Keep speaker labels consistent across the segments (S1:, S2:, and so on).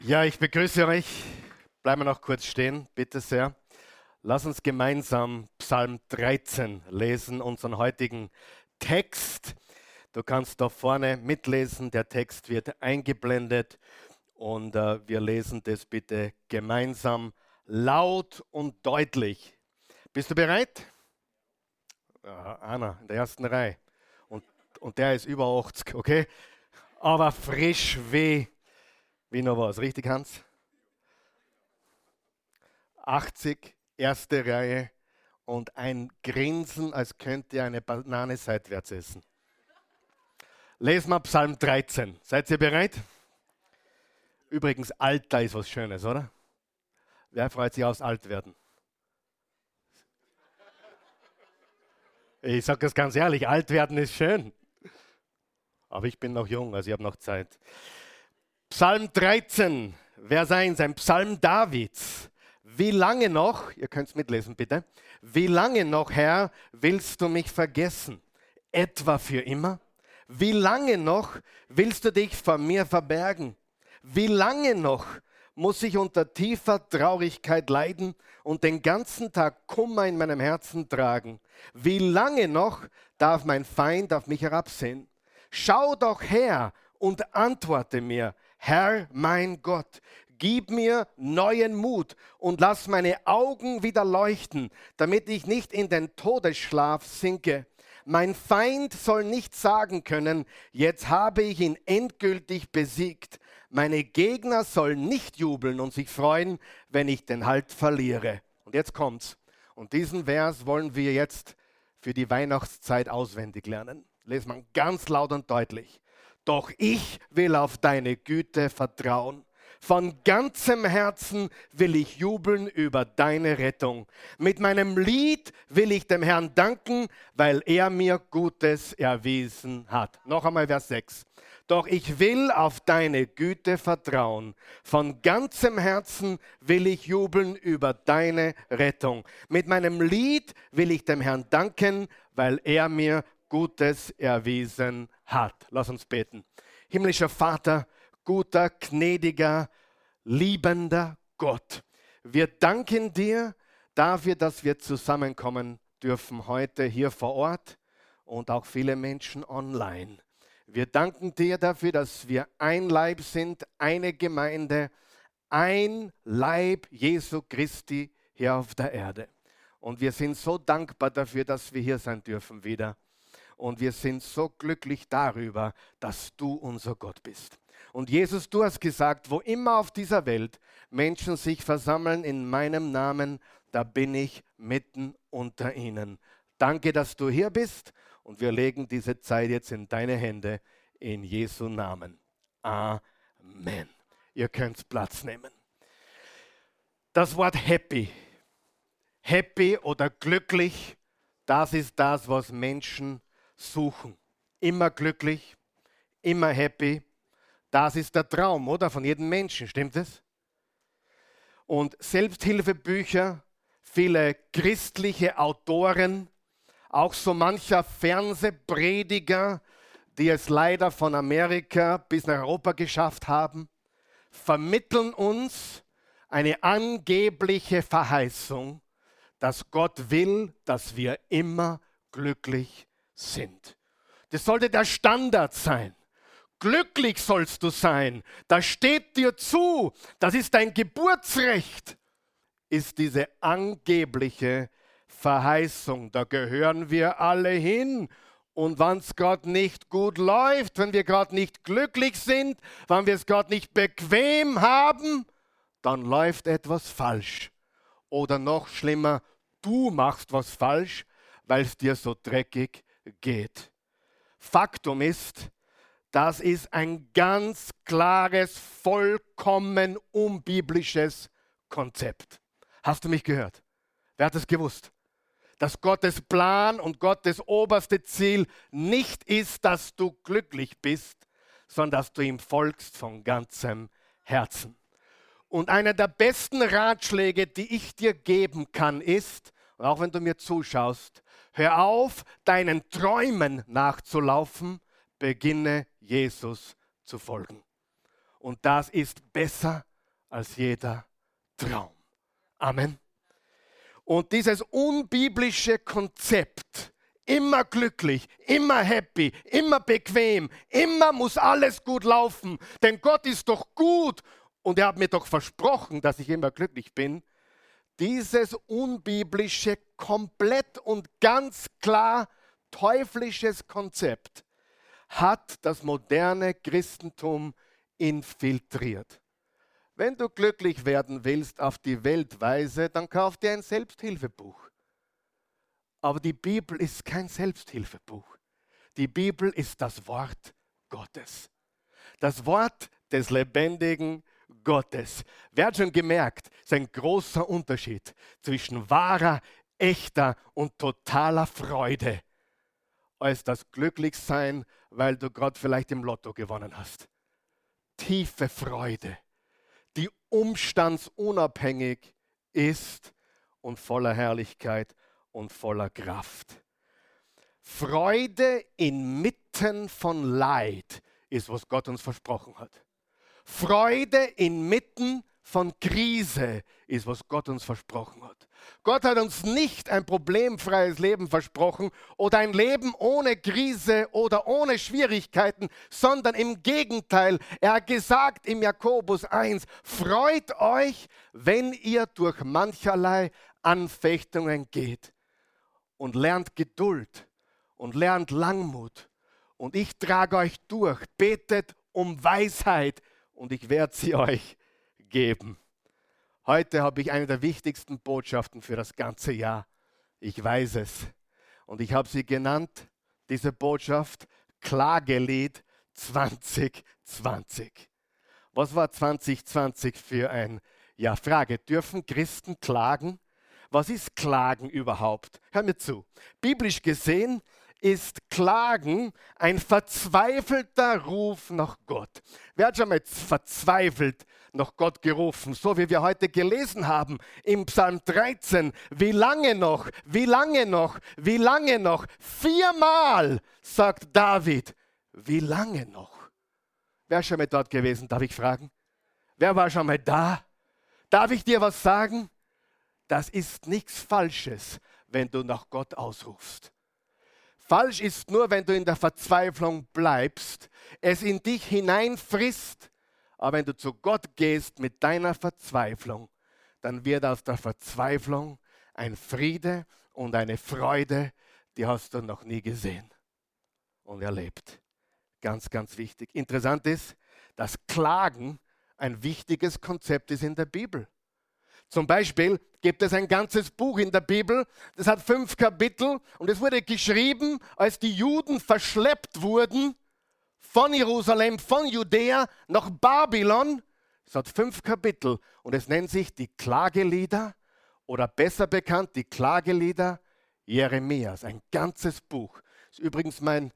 S1: Ja, ich begrüße euch. Bleiben wir noch kurz stehen, bitte sehr. Lass uns gemeinsam Psalm 13 lesen, unseren heutigen Text. Du kannst da vorne mitlesen, der Text wird eingeblendet und wir lesen das bitte gemeinsam laut und deutlich. Bist du bereit? Ja, Anna, in der ersten Reihe. Und, und der ist über 80, okay? Aber frisch wie noch was, richtig, Hans? 80, erste Reihe und ein Grinsen, als könnte er eine Banane seitwärts essen. Lesen wir Psalm 13. Seid ihr bereit? Übrigens, Alter ist was Schönes, oder? Wer freut sich aufs Altwerden? Ich sage das ganz ehrlich, Altwerden ist schön. Aber ich bin noch jung, also ich habe noch Zeit. Psalm 13, Vers 1, ein Psalm Davids. Wie lange noch, ihr könnt es mitlesen bitte, wie lange noch, Herr, willst du mich vergessen? Etwa für immer? Wie lange noch willst du dich vor mir verbergen? Wie lange noch muss ich unter tiefer Traurigkeit leiden und den ganzen Tag Kummer in meinem Herzen tragen? Wie lange noch darf mein Feind auf mich herabsehen? Schau doch her und antworte mir, Herr mein Gott, gib mir neuen Mut und lass meine Augen wieder leuchten, damit ich nicht in den Todesschlaf sinke. Mein Feind soll nicht sagen können, jetzt habe ich ihn endgültig besiegt. Meine Gegner sollen nicht jubeln und sich freuen, wenn ich den Halt verliere. Und jetzt kommt's. Und diesen Vers wollen wir jetzt für die Weihnachtszeit auswendig lernen. Lesen wir ganz laut und deutlich. Doch ich will auf deine Güte vertrauen. Von ganzem Herzen will ich jubeln über deine Rettung. Mit meinem Lied will ich dem Herrn danken, weil er mir Gutes erwiesen hat. Noch einmal Vers 6. Doch ich will auf deine Güte vertrauen. Von ganzem Herzen will ich jubeln über deine Rettung. Mit meinem Lied will ich dem Herrn danken, weil er mir Gutes erwiesen hat. Lass uns beten. Himmlischer Vater, guter, gnädiger, liebender Gott. Wir danken dir dafür, dass wir zusammenkommen dürfen heute hier vor Ort und auch viele Menschen online. Wir danken dir dafür, dass wir ein Leib sind, eine Gemeinde, ein Leib Jesu Christi hier auf der Erde. Und wir sind so dankbar dafür, dass wir hier sein dürfen wieder. Und wir sind so glücklich darüber, dass du unser Gott bist. Und Jesus, du hast gesagt, wo immer auf dieser Welt Menschen sich versammeln in meinem Namen, da bin ich mitten unter ihnen. Danke, dass du hier bist und wir legen diese Zeit jetzt in deine Hände in Jesu Namen. Amen. Ihr könnt Platz nehmen. Das Wort happy, happy oder glücklich, das ist das, was Menschen suchen. Immer glücklich, immer happy. Das ist der Traum, oder? Von jedem Menschen, stimmt es? Und Selbsthilfebücher, viele christliche Autoren, auch so mancher Fernsehprediger, die es leider von Amerika bis nach Europa geschafft haben, vermitteln uns eine angebliche Verheißung, dass Gott will, dass wir immer glücklich sind. Das sollte der Standard sein. Glücklich sollst du sein. Das steht dir zu. Das ist dein Geburtsrecht. Ist diese angebliche Verheißung. Da gehören wir alle hin. Und wenn es gerade nicht gut läuft, wenn wir gerade nicht glücklich sind, wenn wir es gerade nicht bequem haben, dann läuft etwas falsch. Oder noch schlimmer, du machst was falsch, weil es dir so dreckig geht. Faktum ist, das ist ein ganz klares, vollkommen unbiblisches Konzept. Hast du mich gehört? Wer hat es gewusst? Dass Gottes Plan und Gottes oberste Ziel nicht ist, dass du glücklich bist, sondern dass du ihm folgst von ganzem Herzen. Und einer der besten Ratschläge, die ich dir geben kann, ist, und auch wenn du mir zuschaust, hör auf, deinen Träumen nachzulaufen, beginne Jesus zu folgen. Und das ist besser als jeder Traum. Amen. Und dieses unbiblische Konzept, immer glücklich, immer happy, immer bequem, immer muss alles gut laufen, denn Gott ist doch gut und er hat mir doch versprochen, dass ich immer glücklich bin. Dieses unbiblische, komplett und ganz klar teuflisches Konzept hat das moderne Christentum infiltriert. Wenn du glücklich werden willst auf die Weltweise, dann kauf dir ein Selbsthilfebuch. Aber die Bibel ist kein Selbsthilfebuch. Die Bibel ist das Wort Gottes. Das Wort des lebendigen Gottes. Wer hat schon gemerkt, es ist ein großer Unterschied zwischen wahrer, echter und totaler Freude, als das Glücklichsein, weil du gerade vielleicht im Lotto gewonnen hast. Tiefe Freude, die umstandsunabhängig ist und voller Herrlichkeit und voller Kraft. Freude inmitten von Leid ist, was Gott uns versprochen hat. Freude inmitten von Krise ist, was Gott uns versprochen hat. Gott hat uns nicht ein problemfreies Leben versprochen oder ein Leben ohne Krise oder ohne Schwierigkeiten, sondern im Gegenteil. Er hat gesagt im Jakobus 1, freut euch, wenn ihr durch mancherlei Anfechtungen geht und lernt Geduld und lernt Langmut. Und ich trage euch durch, betet um Weisheit und ich werde sie euch geben. Heute habe ich eine der wichtigsten Botschaften für das ganze Jahr. Ich weiß es. Und ich habe sie genannt, diese Botschaft, Klagelied 2020. Was war 2020 für ein Jahr? Frage, dürfen Christen klagen? Was ist Klagen überhaupt? Hör mir zu. Biblisch gesehen ist Klagen ein verzweifelter Ruf nach Gott. Wer hat schon mal verzweifelt nach Gott gerufen, so wie wir heute gelesen haben im Psalm 13? Wie lange noch? Wie lange noch? Wie lange noch? 4-mal sagt David, wie lange noch? Wer ist schon mal dort gewesen, darf ich fragen? Wer war schon mal da? Darf ich dir was sagen? Das ist nichts Falsches, wenn du nach Gott ausrufst. Falsch ist nur, wenn du in der Verzweiflung bleibst, es in dich hineinfrisst, aber wenn du zu Gott gehst mit deiner Verzweiflung, dann wird aus der Verzweiflung ein Friede und eine Freude, die hast du noch nie gesehen und erlebt. Ganz, ganz wichtig. Interessant ist, dass Klagen ein wichtiges Konzept ist in der Bibel. Zum Beispiel gibt es ein ganzes Buch in der Bibel, das hat 5 Kapitel und es wurde geschrieben, als die Juden verschleppt wurden von Jerusalem, von Judäa nach Babylon. Es hat 5 Kapitel und es nennt sich die Klagelieder oder besser bekannt die Klagelieder Jeremias. Ein ganzes Buch. Das ist übrigens mein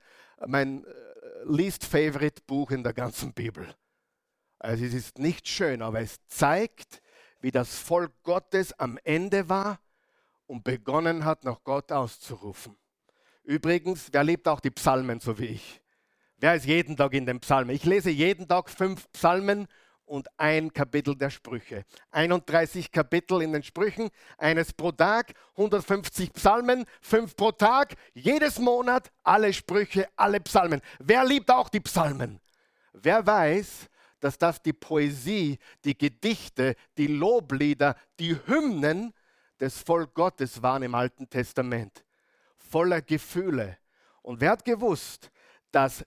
S1: least favorite Buch in der ganzen Bibel. Also es ist nicht schön, aber es zeigt, wie das Volk Gottes am Ende war und begonnen hat, nach Gott auszurufen. Übrigens, wer liebt auch die Psalmen so wie ich? Wer ist jeden Tag in den Psalmen? Ich lese jeden Tag 5 Psalmen und ein Kapitel der Sprüche. 31 Kapitel in den Sprüchen, eines pro Tag, 150 Psalmen, 5 pro Tag, jedes Monat, alle Sprüche, alle Psalmen. Wer liebt auch die Psalmen? Wer weiß, dass das die Poesie, die Gedichte, die Loblieder, die Hymnen des Volk Gottes waren im Alten Testament. Voller Gefühle. Und wer hat gewusst, dass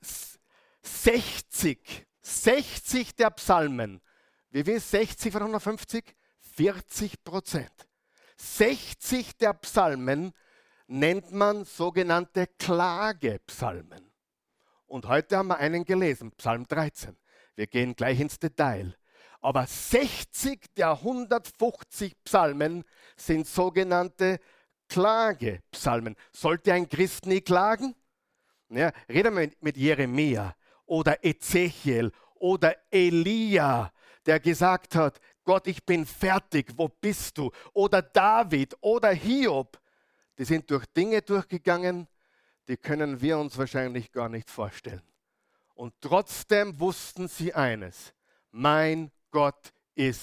S1: 60 der Psalmen, wie viel ist 60 von 150? 40%. 60 der Psalmen nennt man sogenannte Klagepsalmen. Und heute haben wir einen gelesen, Psalm 13. Wir gehen gleich ins Detail. Aber 60 der 150 Psalmen sind sogenannte Klagepsalmen. Sollte ein Christ nie klagen? Ja, reden wir mit Jeremia oder Ezechiel oder Elia, der gesagt hat, Gott, ich bin fertig, wo bist du? Oder David oder Hiob. Die sind durch Dinge durchgegangen, die können wir uns wahrscheinlich gar nicht vorstellen. Und trotzdem wussten sie eines, mein Gott ist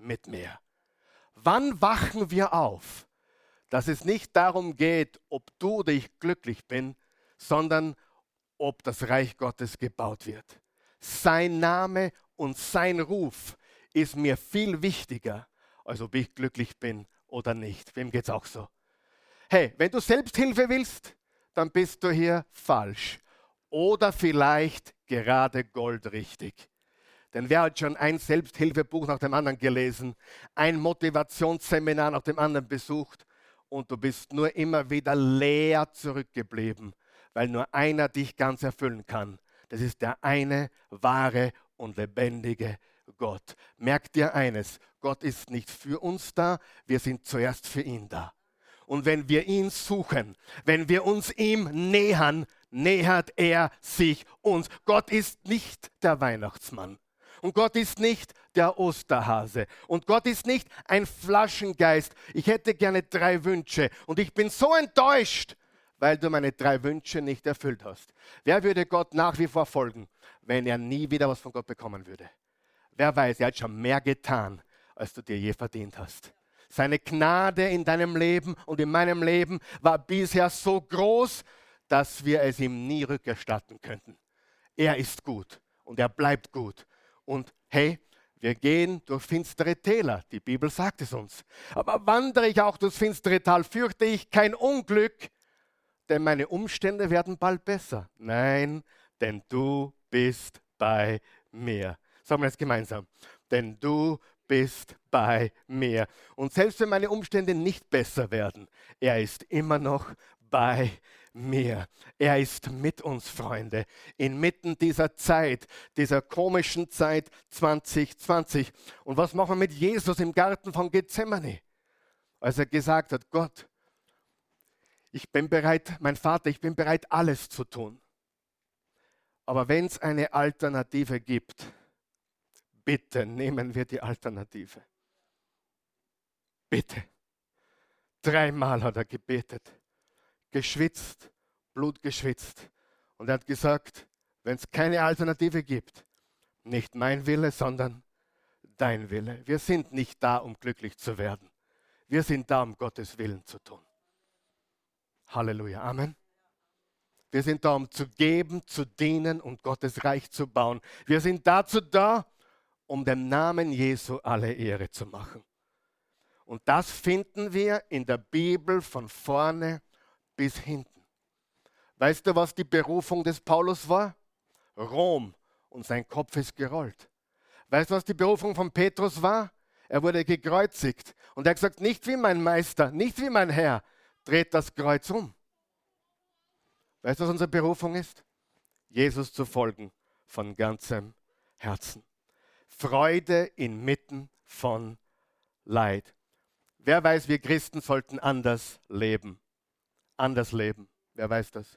S1: mit mir. Wann wachen wir auf, dass es nicht darum geht, ob du oder ich glücklich bin, sondern ob das Reich Gottes gebaut wird. Sein Name und sein Ruf ist mir viel wichtiger, als ob ich glücklich bin oder nicht. Wem geht's auch so? Hey, wenn du Selbsthilfe willst, dann bist du hier falsch. Oder vielleicht gerade goldrichtig. Denn wer hat schon ein Selbsthilfebuch nach dem anderen gelesen, ein Motivationsseminar nach dem anderen besucht und du bist nur immer wieder leer zurückgeblieben, weil nur einer dich ganz erfüllen kann. Das ist der eine wahre und lebendige Gott. Merk dir eines, Gott ist nicht für uns da, wir sind zuerst für ihn da. Und wenn wir ihn suchen, wenn wir uns ihm nähern, nähert er sich uns. Gott ist nicht der Weihnachtsmann. Und Gott ist nicht der Osterhase. Und Gott ist nicht ein Flaschengeist. Ich hätte gerne 3 Wünsche. Und ich bin so enttäuscht, weil du meine 3 Wünsche nicht erfüllt hast. Wer würde Gott nach wie vor folgen, wenn er nie wieder was von Gott bekommen würde? Wer weiß, er hat schon mehr getan, als du dir je verdient hast. Seine Gnade in deinem Leben und in meinem Leben war bisher so groß, dass wir es ihm nie rückerstatten könnten. Er ist gut und er bleibt gut. Und hey, wir gehen durch finstere Täler. Die Bibel sagt es uns. Aber wandere ich auch durchs finstere Tal, fürchte ich kein Unglück, denn meine Umstände werden bald besser. Nein, denn du bist bei mir. Sagen wir jetzt gemeinsam. Denn du bist bei mir. Und selbst wenn meine Umstände nicht besser werden, er ist immer noch bei mir. Er ist mit uns, Freunde, inmitten dieser Zeit, dieser komischen Zeit 2020. Und was machen wir mit Jesus im Garten von Gethsemane? Als er gesagt hat, Gott, ich bin bereit, mein Vater, ich bin bereit, alles zu tun. Aber wenn es eine Alternative gibt, bitte nehmen wir die Alternative. Bitte. 3-mal hat er gebetet, geschwitzt, Blut geschwitzt. Und er hat gesagt, wenn es keine Alternative gibt, nicht mein Wille, sondern dein Wille. Wir sind nicht da, um glücklich zu werden. Wir sind da, um Gottes Willen zu tun. Halleluja. Amen. Wir sind da, um zu geben, zu dienen und Gottes Reich zu bauen. Wir sind dazu da, um dem Namen Jesu alle Ehre zu machen. Und das finden wir in der Bibel von vorne bis hinten. Weißt du, was die Berufung des Paulus war? Rom, und sein Kopf ist gerollt. Weißt du, was die Berufung von Petrus war? Er wurde gekreuzigt. Und er hat gesagt, nicht wie mein Meister, nicht wie mein Herr, dreht das Kreuz um. Weißt du, was unsere Berufung ist? Jesus zu folgen von ganzem Herzen. Freude inmitten von Leid. Wer weiß, wir Christen sollten anders leben. Anders leben. Wer weiß das?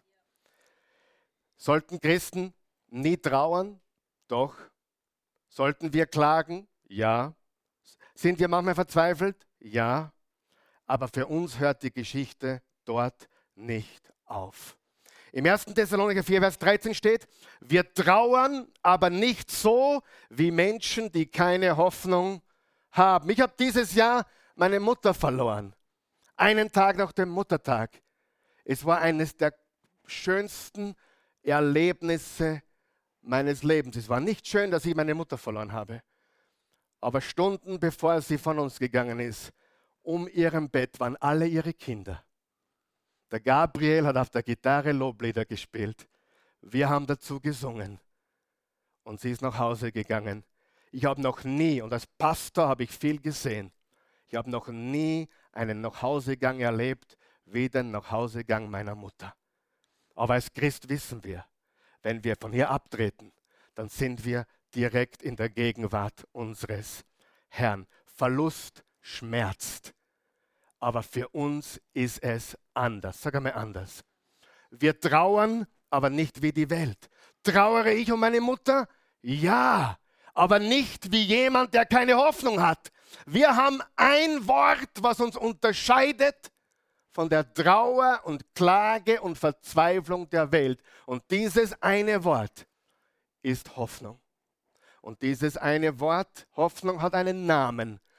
S1: Sollten Christen nie trauern? Doch. Sollten wir klagen? Ja. Sind wir manchmal verzweifelt? Ja. Aber für uns hört die Geschichte dort nicht auf. Im 1. Thessalonicher 4, Vers 13 steht, wir trauern, aber nicht so wie Menschen, die keine Hoffnung haben. Ich habe dieses Jahr meine Mutter verloren. Einen Tag nach dem Muttertag. Es war eines der schönsten Erlebnisse meines Lebens. Es war nicht schön, dass ich meine Mutter verloren habe. Aber Stunden bevor sie von uns gegangen ist, um ihrem Bett waren alle ihre Kinder. Der Gabriel hat auf der Gitarre Loblieder gespielt. Wir haben dazu gesungen. Und sie ist nach Hause gegangen. Ich habe noch nie, und als Pastor habe ich viel gesehen, ich habe noch nie einen Nachhausegang erlebt, wie den Nachhausegang meiner Mutter. Aber als Christ wissen wir, wenn wir von hier abtreten, dann sind wir direkt in der Gegenwart unseres Herrn. Verlust schmerzt. Aber für uns ist es anders. Sag einmal anders. Wir trauern, aber nicht wie die Welt. Trauere ich um meine Mutter? Ja, aber nicht wie jemand, der keine Hoffnung hat. Wir haben ein Wort, was uns unterscheidet von der Trauer und Klage und Verzweiflung der Welt. Und dieses eine Wort ist Hoffnung. Und dieses eine Wort, Hoffnung, hat einen Namen.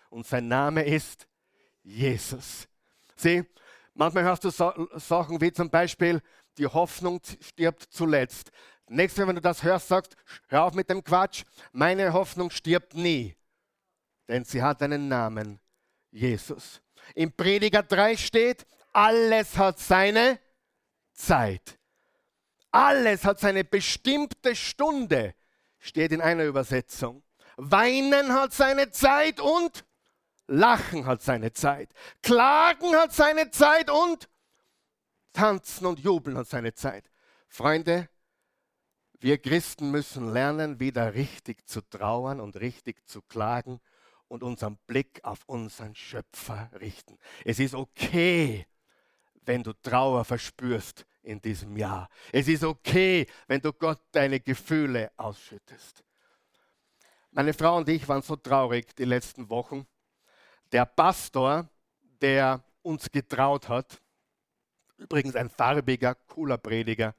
S1: Und sein Name ist Jesus. Sieh, manchmal hörst du Sachen wie zum Beispiel, die Hoffnung stirbt zuletzt. Nächstes Mal, wenn du das hörst, sagst, hör auf mit dem Quatsch. Meine Hoffnung stirbt nie, denn sie hat einen Namen, Jesus. Im Prediger 3 steht, alles hat seine Zeit. Alles hat seine bestimmte Stunde, steht in einer Übersetzung. Weinen hat seine Zeit und Lachen hat seine Zeit. Klagen hat seine Zeit und Tanzen und Jubeln hat seine Zeit. Freunde, wir Christen müssen lernen, wieder richtig zu trauern und richtig zu klagen und unseren Blick auf unseren Schöpfer richten. Es ist okay, wenn du Trauer verspürst in diesem Jahr. Es ist okay, wenn du Gott deine Gefühle ausschüttest. Meine Frau und ich waren so traurig die letzten Wochen. Der Pastor, der uns getraut hat, übrigens ein farbiger, cooler Prediger,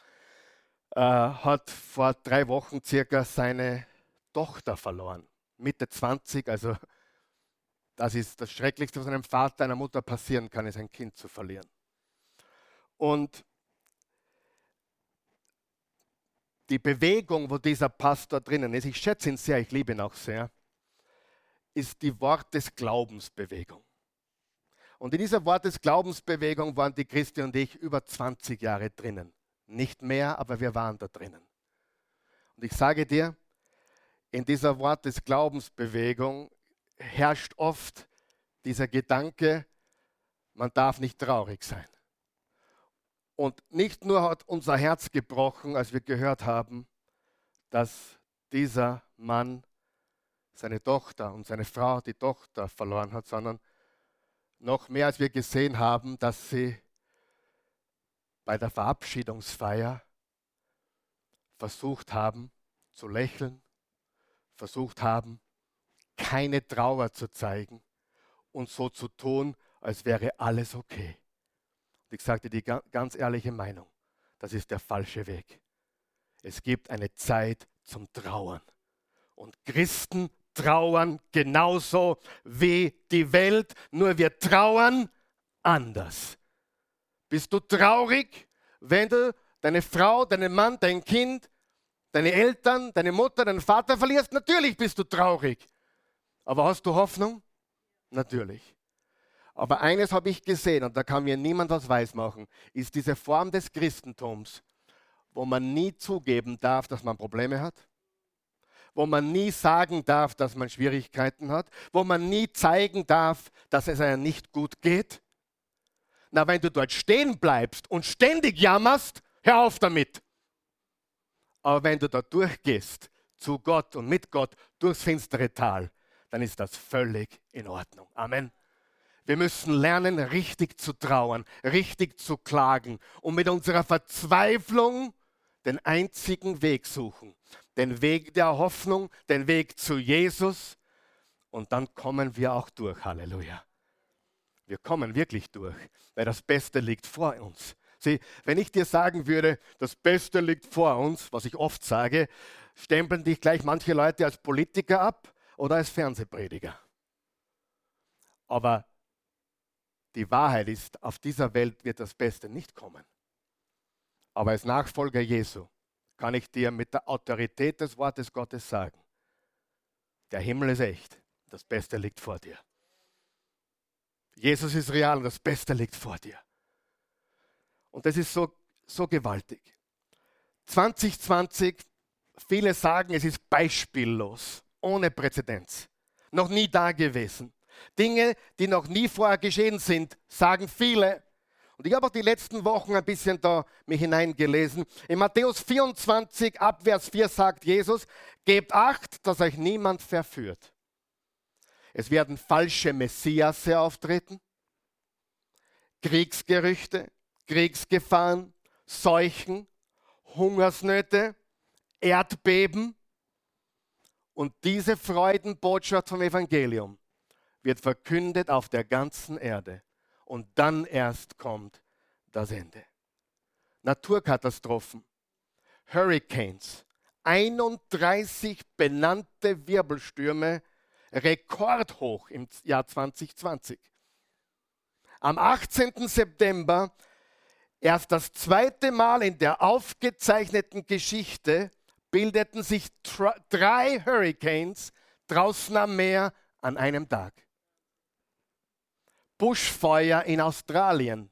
S1: hat vor 3 Wochen circa seine Tochter verloren. Mitte 20, also das ist das Schrecklichste, was einem Vater, einer Mutter passieren kann, ist ein Kind zu verlieren. Und die Bewegung, wo dieser Pastor drinnen ist, ich schätze ihn sehr, ich liebe ihn auch sehr, ist die Wort des Glaubensbewegung. Und in dieser Wort des Glaubensbewegung waren die Christi und ich über 20 Jahre drinnen. Nicht mehr, aber wir waren da drinnen. Und ich sage dir, in dieser Wort des Glaubensbewegung herrscht oft dieser Gedanke, man darf nicht traurig sein. Und nicht nur hat unser Herz gebrochen, als wir gehört haben, dass dieser Mann seine Tochter und seine Frau die Tochter verloren hat, sondern noch mehr, als wir gesehen haben, dass sie bei der Verabschiedungsfeier versucht haben zu lächeln, versucht haben, keine Trauer zu zeigen und so zu tun, als wäre alles okay. Und ich sagte die ganz ehrliche Meinung, das ist der falsche Weg. Es gibt eine Zeit zum Trauern. Und Christen trauern genauso wie die Welt, nur wir trauern anders. Bist du traurig, wenn du deine Frau, deinen Mann, dein Kind, deine Eltern, deine Mutter, deinen Vater verlierst? Natürlich bist du traurig. Aber hast du Hoffnung? Natürlich. Aber eines habe ich gesehen, und da kann mir niemand was weismachen, ist diese Form des Christentums, wo man nie zugeben darf, dass man Probleme hat, wo man nie sagen darf, dass man Schwierigkeiten hat, wo man nie zeigen darf, dass es einem nicht gut geht. Na, wenn du dort stehen bleibst und ständig jammerst, hör auf damit. Aber wenn du da durchgehst, zu Gott und mit Gott, durchs finstere Tal, dann ist das völlig in Ordnung. Amen. Wir müssen lernen, richtig zu trauern, richtig zu klagen und mit unserer Verzweiflung den einzigen Weg suchen. Den Weg der Hoffnung, den Weg zu Jesus. Und dann kommen wir auch durch. Halleluja. Wir kommen wirklich durch, weil das Beste liegt vor uns. Sieh, wenn ich dir sagen würde, das Beste liegt vor uns, was ich oft sage, stempeln dich gleich manche Leute als Politiker ab oder als Fernsehprediger. Aber die Wahrheit ist, auf dieser Welt wird das Beste nicht kommen. Aber als Nachfolger Jesu kann ich dir mit der Autorität des Wortes Gottes sagen, der Himmel ist echt, das Beste liegt vor dir. Jesus ist real und das Beste liegt vor dir. Und das ist so gewaltig. 2020, viele sagen, es ist beispiellos, ohne Präzedenz, noch nie da gewesen. Dinge, die noch nie vorher geschehen sind, sagen viele. Und ich habe auch die letzten Wochen ein bisschen da mich hineingelesen. In Matthäus 24, Abvers 4 sagt Jesus, gebt Acht, dass euch niemand verführt. Es werden falsche Messiasse auftreten, Kriegsgerüchte, Kriegsgefahren, Seuchen, Hungersnöte, Erdbeben. Und diese Freudenbotschaft vom Evangelium wird verkündet auf der ganzen Erde. Und dann erst kommt das Ende. Naturkatastrophen, Hurricanes, 31 benannte Wirbelstürme rekordhoch im Jahr 2020. Am 18. September, erst das zweite Mal in der aufgezeichneten Geschichte, bildeten sich 3 Hurricanes draußen am Meer an einem Tag. Buschfeuer in Australien,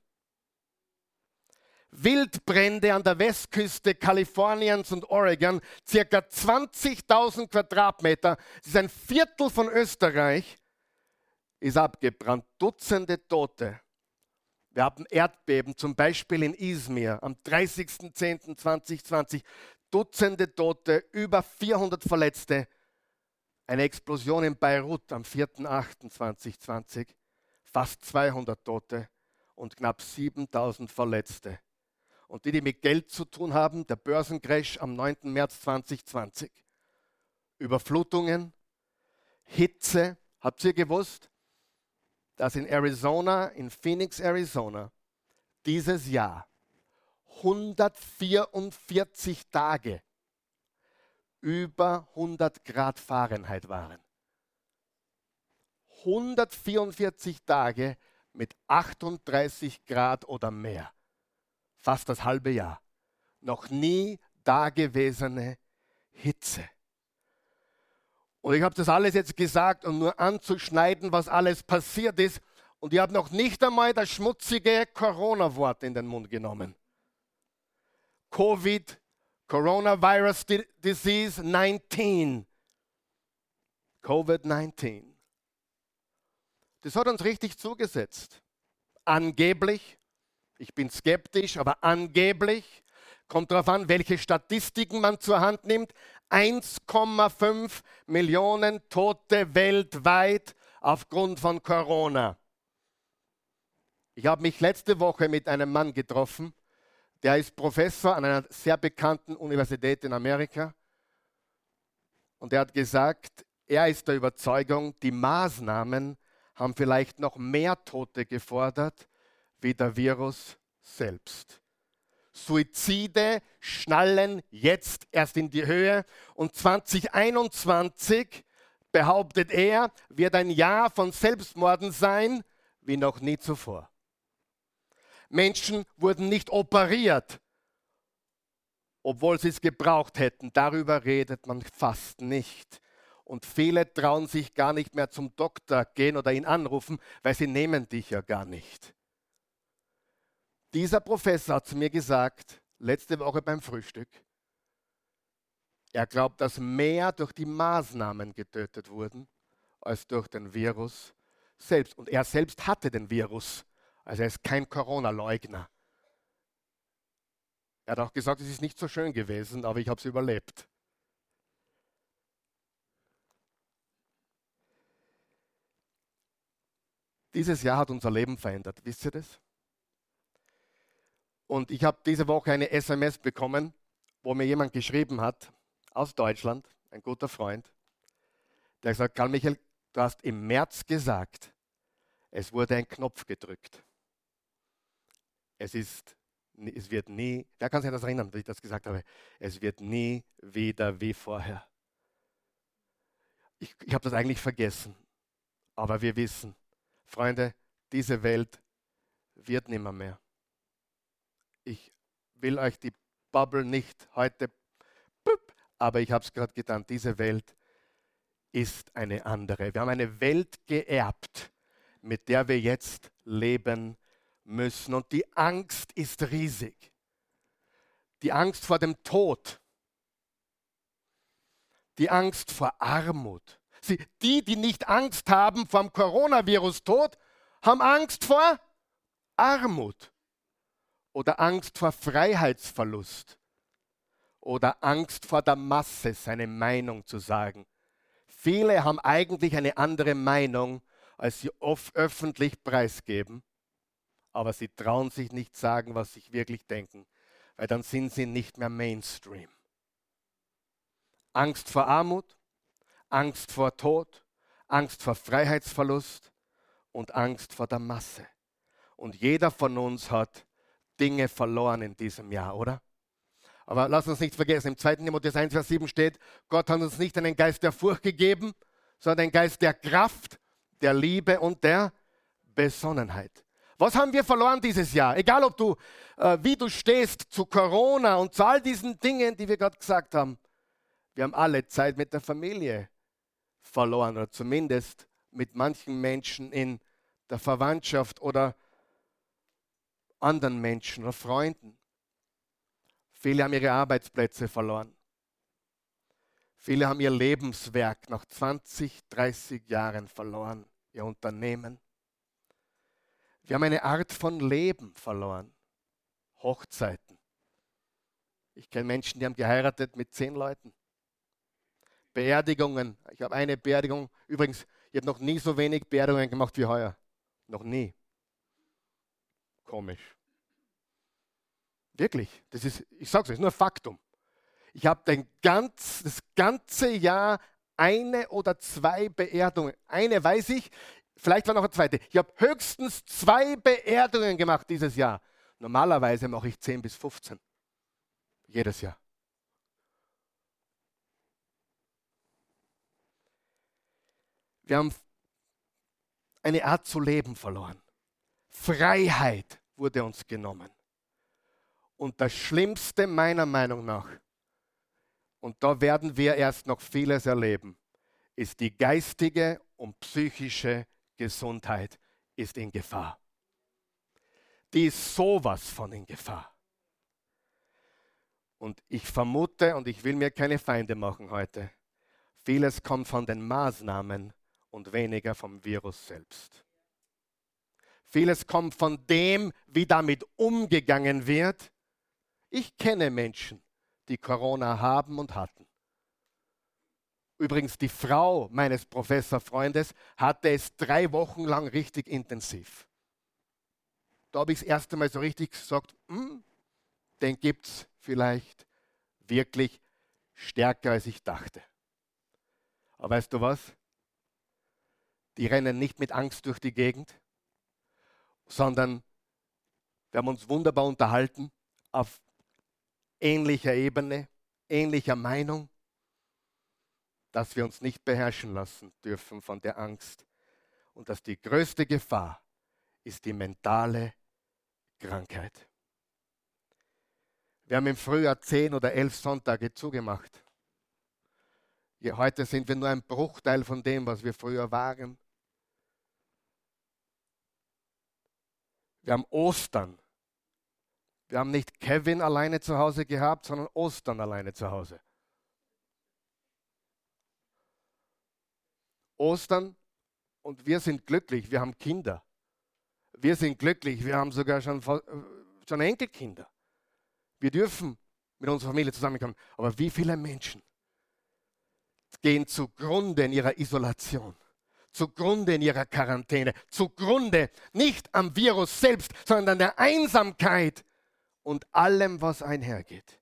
S1: Wildbrände an der Westküste Kaliforniens und Oregon, circa 20.000 Quadratmeter, das ist ein Viertel von Österreich, ist abgebrannt, Dutzende Tote. Wir haben Erdbeben, zum Beispiel in Izmir am 30.10.2020, Dutzende Tote, über 400 Verletzte. Eine Explosion in Beirut am 4.8.2020, fast 200 Tote und knapp 7.000 Verletzte. Und die mit Geld zu tun haben, der Börsencrash am 9. März 2020. Überflutungen, Hitze. Habt ihr gewusst, dass in Arizona, in Phoenix, Arizona, dieses Jahr 144 Tage über 100 Grad Fahrenheit waren? 144 Tage mit 38 Grad oder mehr. Fast das halbe Jahr. Noch nie dagewesene Hitze. Und ich habe das alles jetzt gesagt, um nur anzuschneiden, was alles passiert ist. Und ich habe noch nicht einmal das schmutzige Corona-Wort in den Mund genommen. Covid, Coronavirus Disease 19. Covid-19. Das hat uns richtig zugesetzt. Angeblich, ich bin skeptisch, aber angeblich, kommt darauf an, welche Statistiken man zur Hand nimmt, 1,5 Millionen Tote weltweit aufgrund von Corona. Ich habe mich letzte Woche mit einem Mann getroffen, der ist Professor an einer sehr bekannten Universität in Amerika. Und er hat gesagt, er ist der Überzeugung, die Maßnahmen haben vielleicht noch mehr Tote gefordert, wie der Virus selbst. Suizide schnallen jetzt erst in die Höhe und 2021, behauptet er, wird ein Jahr von Selbstmorden sein, wie noch nie zuvor. Menschen wurden nicht operiert, obwohl sie es gebraucht hätten. Darüber redet man fast nicht. Und viele trauen sich gar nicht mehr zum Doktor gehen oder ihn anrufen, weil sie nehmen dich ja gar nicht. Dieser Professor hat zu mir gesagt, letzte Woche beim Frühstück, er glaubt, dass mehr durch die Maßnahmen getötet wurden, als durch den Virus selbst. Und er selbst hatte den Virus, also er ist kein Corona-Leugner. Er hat auch gesagt, es ist nicht so schön gewesen, aber ich habe es überlebt. Dieses Jahr hat unser Leben verändert, wisst ihr das? Und ich habe diese Woche eine SMS bekommen, wo mir jemand geschrieben hat, aus Deutschland, ein guter Freund, der hat gesagt, Karl Michael, du hast im März gesagt, es wurde ein Knopf gedrückt. Es wird nie, wer kann sich an das erinnern, dass ich das gesagt habe, es wird nie wieder wie vorher. Ich habe das eigentlich vergessen, aber wir wissen, Freunde, diese Welt wird nimmer mehr. Ich will euch die Bubble nicht heute, aber ich habe es gerade getan, diese Welt ist eine andere. Wir haben eine Welt geerbt, mit der wir jetzt leben müssen. Und die Angst ist riesig. Die Angst vor dem Tod. Die Angst vor Armut. Die nicht Angst haben vor dem Coronavirus-Tod, haben Angst vor Armut. Oder Angst vor Freiheitsverlust. Oder Angst vor der Masse, seine Meinung zu sagen. Viele haben eigentlich eine andere Meinung, als sie oft öffentlich preisgeben. Aber sie trauen sich nicht sagen, was sie wirklich denken, weil dann sind sie nicht mehr Mainstream. Angst vor Armut, Angst vor Tod, Angst vor Freiheitsverlust und Angst vor der Masse. Und jeder von uns hat Dinge verloren in diesem Jahr, oder? Aber lass uns nicht vergessen, im 2. Timotheus 1, Vers 7 steht, Gott hat uns nicht einen Geist der Furcht gegeben, sondern den Geist der Kraft, der Liebe und der Besonnenheit. Was haben wir verloren dieses Jahr? Egal, ob du, wie du stehst zu Corona und zu all diesen Dingen, die wir gerade gesagt haben. Wir haben alle Zeit mit der Familie verloren oder zumindest mit manchen Menschen in der Verwandtschaft oder anderen Menschen oder Freunden. Viele haben ihre Arbeitsplätze verloren. Viele haben ihr Lebenswerk nach 20, 30 Jahren verloren, ihr Unternehmen. Wir haben eine Art von Leben verloren. Hochzeiten. Ich kenne Menschen, die haben geheiratet mit 10 Leuten. Beerdigungen. Ich habe eine Beerdigung, übrigens, ich habe noch nie so wenig Beerdigungen gemacht wie heuer. Noch nie. Komisch. Wirklich. Das ist, ich sage es euch, nur Faktum. Ich habe das ganze Jahr eine oder 2 Beerdigungen. Eine weiß ich, vielleicht war noch eine zweite. Ich habe höchstens 2 Beerdigungen gemacht dieses Jahr. Normalerweise mache ich 10 bis 15. Jedes Jahr. Wir haben eine Art zu leben verloren. Freiheit wurde uns genommen. Und das Schlimmste meiner Meinung nach, und da werden wir erst noch vieles erleben, ist die geistige und psychische Gesundheit ist in Gefahr. Die ist sowas von in Gefahr. Und ich vermute, und ich will mir keine Feinde machen heute, vieles kommt von den Maßnahmen und weniger vom Virus selbst. Vieles kommt von dem, wie damit umgegangen wird. Ich kenne Menschen, die Corona haben und hatten. Übrigens, die Frau meines Professorfreundes hatte es 3 Wochen lang richtig intensiv. Da habe ich das erste Mal so richtig gesagt, den gibt es vielleicht wirklich stärker, als ich dachte. Aber weißt du was? Die rennen nicht mit Angst durch die Gegend, sondern wir haben uns wunderbar unterhalten auf ähnlicher Ebene, ähnlicher Meinung, dass wir uns nicht beherrschen lassen dürfen von der Angst und dass die größte Gefahr ist die mentale Krankheit. Wir haben im Frühjahr 10 oder 11 Sonntage zugemacht. Ja, heute sind wir nur ein Bruchteil von dem, was wir früher waren. Wir haben Ostern. Wir haben nicht Kevin alleine zu Hause gehabt, sondern Ostern alleine zu Hause. Ostern und wir sind glücklich, wir haben Kinder. Wir sind glücklich, wir haben sogar schon Enkelkinder. Wir dürfen mit unserer Familie zusammenkommen. Aber wie viele Menschen gehen zugrunde in ihrer Isolation, zugrunde in ihrer Quarantäne, zugrunde nicht am Virus selbst, sondern an der Einsamkeit und allem, was einhergeht.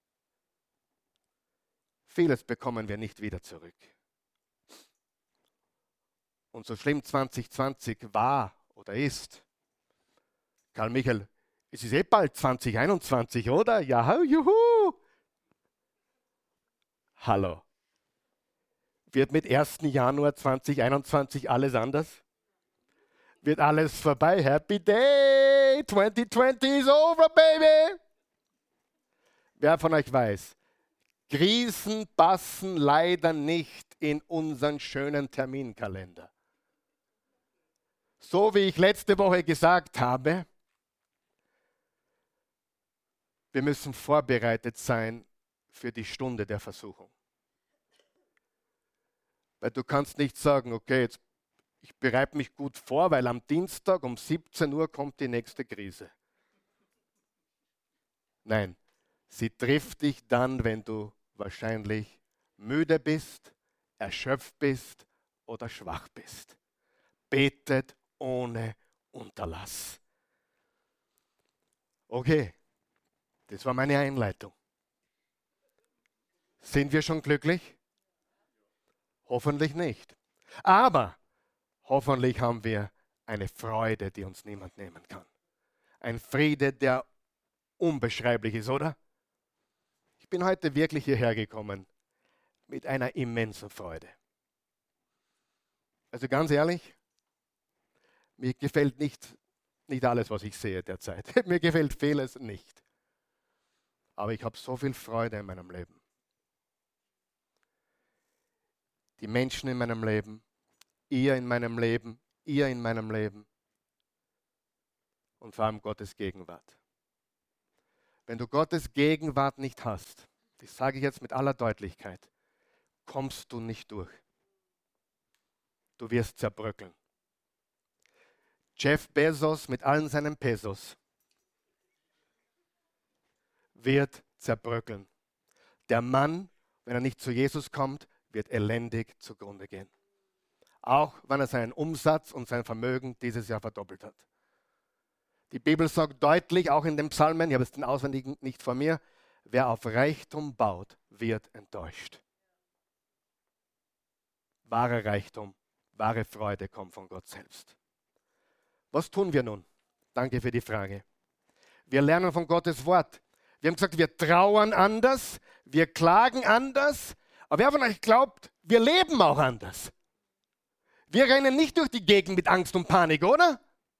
S1: Vieles bekommen wir nicht wieder zurück. Und so schlimm 2020 war oder ist, Karl Michael, es ist bald 2021, oder? Ja, juhu! Hallo. Wird mit 1. Januar 2021 alles anders? Wird alles vorbei? Happy Day! 2020 is over, baby! Wer von euch weiß, Krisen passen leider nicht in unseren schönen Terminkalender. So wie ich letzte Woche gesagt habe, wir müssen vorbereitet sein für die Stunde der Versuchung. Weil du kannst nicht sagen, okay, jetzt, ich bereite mich gut vor, weil am Dienstag um 17 Uhr kommt die nächste Krise. Nein, sie trifft dich dann, wenn du wahrscheinlich müde bist, erschöpft bist oder schwach bist. Betet ohne Unterlass. Okay, das war meine Einleitung. Sind wir schon glücklich? Hoffentlich nicht. Aber hoffentlich haben wir eine Freude, die uns niemand nehmen kann. Ein Friede, der unbeschreiblich ist, oder? Ich bin heute wirklich hierher gekommen mit einer immensen Freude. Also ganz ehrlich, mir gefällt nicht alles, was ich sehe derzeit. Mir gefällt vieles nicht. Aber ich habe so viel Freude in meinem Leben. Die Menschen in meinem Leben, ihr in meinem Leben, ihr in meinem Leben und vor allem Gottes Gegenwart. Wenn du Gottes Gegenwart nicht hast, das sage ich jetzt mit aller Deutlichkeit, kommst du nicht durch. Du wirst zerbröckeln. Jeff Bezos mit allen seinen Pesos wird zerbröckeln. Der Mann, wenn er nicht zu Jesus kommt, wird elendig zugrunde gehen. Auch wenn er seinen Umsatz und sein Vermögen dieses Jahr verdoppelt hat. Die Bibel sagt deutlich, auch in den Psalmen, ich habe es den auswendigen nicht vor mir, wer auf Reichtum baut, wird enttäuscht. Wahre Reichtum, wahre Freude kommt von Gott selbst. Was tun wir nun? Danke für die Frage. Wir lernen von Gottes Wort. Wir haben gesagt, wir trauern anders, wir klagen anders, aber wer von euch glaubt, wir leben auch anders? Wir rennen nicht durch die Gegend mit Angst und Panik, oder?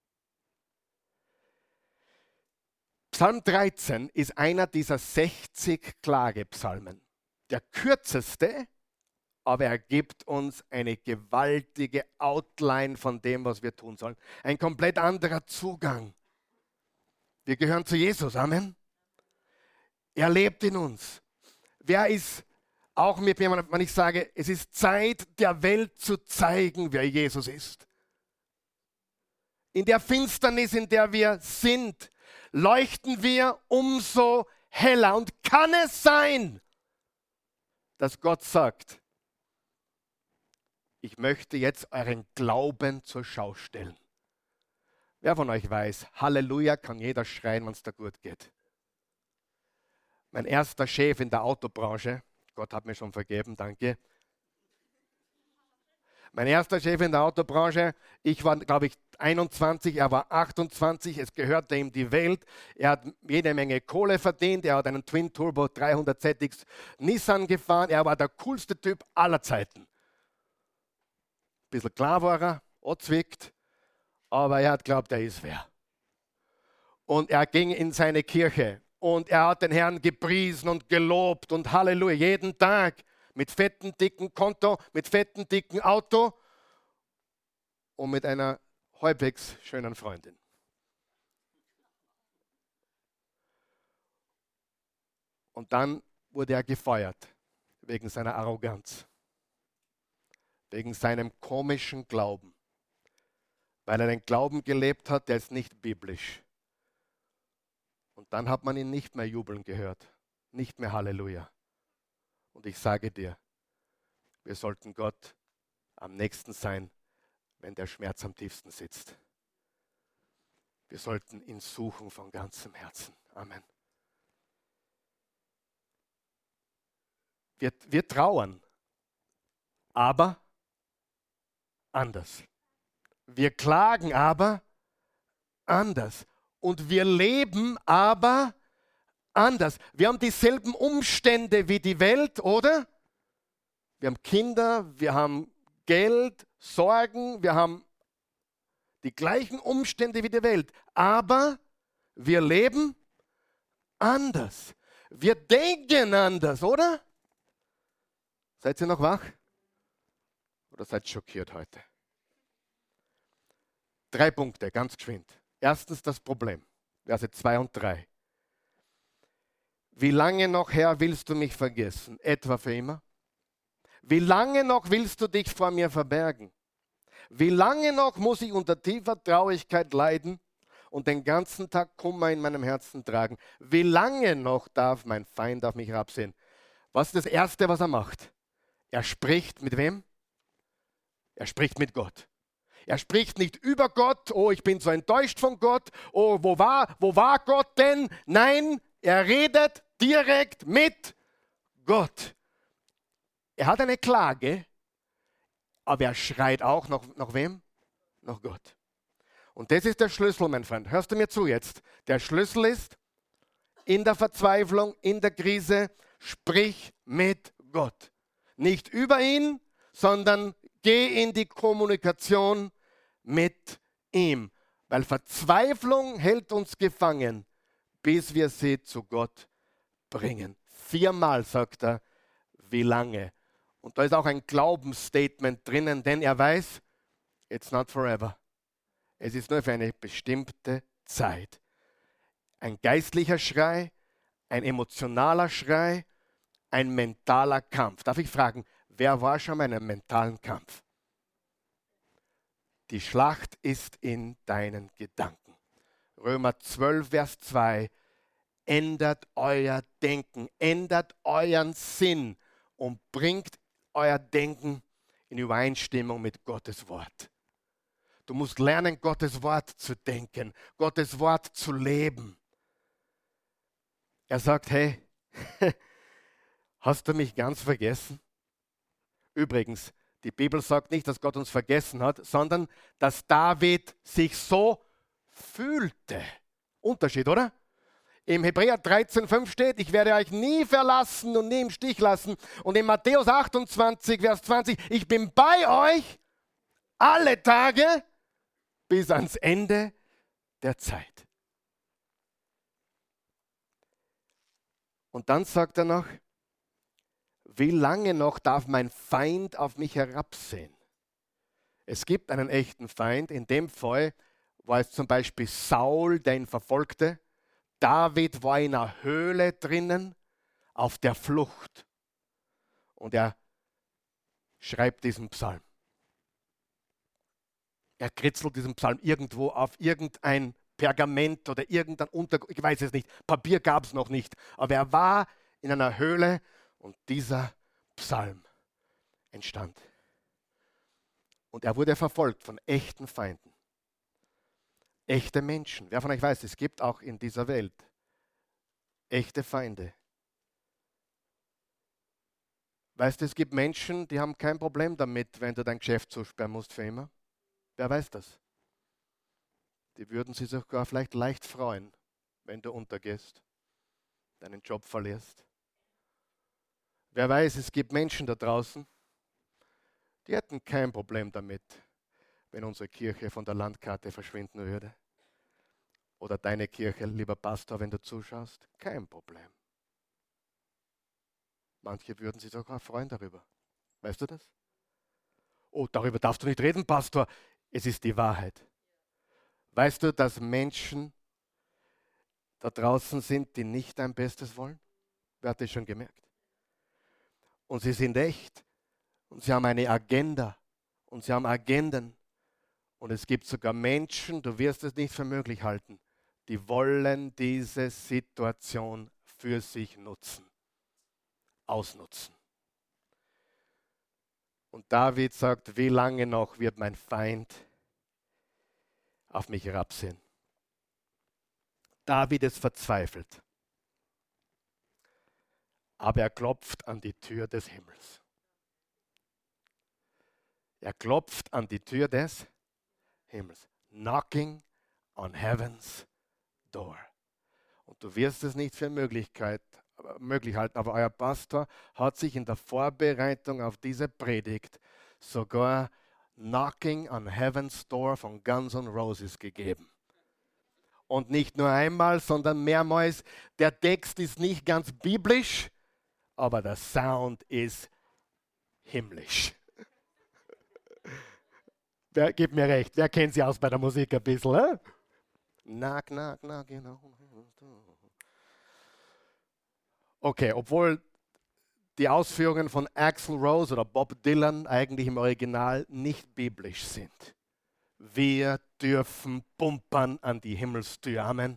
S1: Psalm 13 ist einer dieser 60 Klagepsalmen. Der kürzeste, aber er gibt uns eine gewaltige Outline von dem, was wir tun sollen. Ein komplett anderer Zugang. Wir gehören zu Jesus, Amen. Er lebt in uns. Wer ist auch mit mir, wenn ich sage, es ist Zeit, der Welt zu zeigen, wer Jesus ist. In der Finsternis, in der wir sind, leuchten wir umso heller. Und kann es sein, dass Gott sagt, ich möchte jetzt euren Glauben zur Schau stellen. Wer von euch weiß, Halleluja kann jeder schreien, wenn es da gut geht. Mein erster Chef in der Autobranche, Gott hat mir schon vergeben, danke. Mein erster Chef in der Autobranche, ich war, glaube ich, 21, er war 28, es gehörte ihm die Welt. Er hat jede Menge Kohle verdient, er hat einen Twin Turbo 300 ZX Nissan gefahren, er war der coolste Typ aller Zeiten. Ein bisschen klar war er, ozwickt, aber er hat geglaubt, er ist wer. Und er ging in seine Kirche und er hat den Herrn gepriesen und gelobt und Halleluja, jeden Tag. Mit fetten, dicken Konto, mit fetten, dicken Auto und mit einer halbwegs schönen Freundin. Und dann wurde er gefeuert wegen seiner Arroganz, wegen seinem komischen Glauben, weil er einen Glauben gelebt hat, der ist nicht biblisch. Und dann hat man ihn nicht mehr jubeln gehört, nicht mehr Halleluja. Und ich sage dir, wir sollten Gott am nächsten sein, wenn der Schmerz am tiefsten sitzt. Wir sollten ihn suchen von ganzem Herzen. Amen. Wir trauern, aber anders. Wir klagen, aber anders. Und wir leben, aber anders. Wir haben dieselben Umstände wie die Welt, oder? Wir haben Kinder, wir haben Geld, Sorgen, wir haben die gleichen Umstände wie die Welt. Aber wir leben anders. Wir denken anders, oder? Seid ihr noch wach? Oder seid ihr schockiert heute? 3 Punkte, ganz geschwind. Erstens das Problem, Verse 2 und 3. Wie lange noch, Herr, willst du mich vergessen? Etwa für immer? Wie lange noch willst du dich vor mir verbergen? Wie lange noch muss ich unter tiefer Traurigkeit leiden und den ganzen Tag Kummer in meinem Herzen tragen? Wie lange noch darf mein Feind auf mich herabsehen? Was ist das Erste, was er macht? Er spricht mit wem? Er spricht mit Gott. Er spricht nicht über Gott, oh, ich bin so enttäuscht von Gott, oh, wo war Gott denn? Nein, er redet direkt mit Gott. Er hat eine Klage, aber er schreit auch nach wem? Nach Gott. Und das ist der Schlüssel, mein Freund. Hörst du mir zu jetzt? Der Schlüssel ist, in der Verzweiflung, in der Krise, sprich mit Gott. Nicht über ihn, sondern Geh in die Kommunikation mit ihm, weil Verzweiflung hält uns gefangen, bis wir sie zu Gott bringen. 4-mal sagt er, wie lange. Und da ist auch ein Glaubensstatement drinnen, denn er weiß, it's not forever. Es ist nur für eine bestimmte Zeit. Ein geistlicher Schrei, ein emotionaler Schrei, ein mentaler Kampf. Darf ich fragen, wer war schon mal in einem mentalen Kampf? Die Schlacht ist in deinen Gedanken. Römer 12, Vers 2. Ändert euer Denken, ändert euren Sinn und bringt euer Denken in Übereinstimmung mit Gottes Wort. Du musst lernen, Gottes Wort zu denken, Gottes Wort zu leben. Er sagt, hey, hast du mich ganz vergessen? Übrigens, die Bibel sagt nicht, dass Gott uns vergessen hat, sondern dass David sich so fühlte. Unterschied, oder? Im Hebräer 13,5 steht, ich werde euch nie verlassen und nie im Stich lassen. Und in Matthäus 28, Vers 20, ich bin bei euch alle Tage bis ans Ende der Zeit. Und dann sagt er noch, wie lange noch darf mein Feind auf mich herabsehen? Es gibt einen echten Feind. In dem Fall war es zum Beispiel Saul, der ihn verfolgte. David war in einer Höhle drinnen, auf der Flucht. Und er schreibt diesen Psalm. Er kritzelt diesen Psalm irgendwo auf irgendein Pergament oder irgendein Untergrund, ich weiß es nicht, Papier gab es noch nicht. Aber er war in einer Höhle und dieser Psalm entstand. Und er wurde verfolgt von echten Feinden. Echte Menschen. Wer von euch weiß, es gibt auch in dieser Welt echte Feinde. Weißt du, es gibt Menschen, die haben kein Problem damit, wenn du dein Geschäft zusperren musst für immer. Wer weiß das? Die würden sich sogar vielleicht leicht freuen, wenn du untergehst, deinen Job verlierst. Wer weiß, es gibt Menschen da draußen, die hätten kein Problem damit, wenn unsere Kirche von der Landkarte verschwinden würde. Oder deine Kirche, lieber Pastor, wenn du zuschaust, kein Problem. Manche würden sich sogar freuen darüber. Weißt du das? Oh, darüber darfst du nicht reden, Pastor. Es ist die Wahrheit. Weißt du, dass Menschen da draußen sind, die nicht dein Bestes wollen? Wer hat das schon gemerkt? Und sie sind echt. Und sie haben eine Agenda. Und sie haben Agenden. Und es gibt sogar Menschen, du wirst es nicht für möglich halten, die wollen diese Situation für sich nutzen. Ausnutzen. Und David sagt, wie lange noch wird mein Feind auf mich herabsehen? David ist verzweifelt. Aber er klopft an die Tür des Himmels. Er klopft an die Tür des Himmels. Knocking on heaven's door. Und du wirst es nicht für möglich halten, aber euer Pastor hat sich in der Vorbereitung auf diese Predigt sogar Knocking on Heaven's Door von Guns N' Roses gegeben. Und nicht nur einmal, sondern mehrmals. Der Text ist nicht ganz biblisch, aber der Sound ist himmlisch. Wer gibt mir recht? Wer kennt sich aus bei der Musik ein bisschen? Eh? Knock, knock, knock, genau. Okay, obwohl die Ausführungen von Axl Rose oder Bob Dylan eigentlich im Original nicht biblisch sind. Wir dürfen pumpern an die Himmelstür. Amen.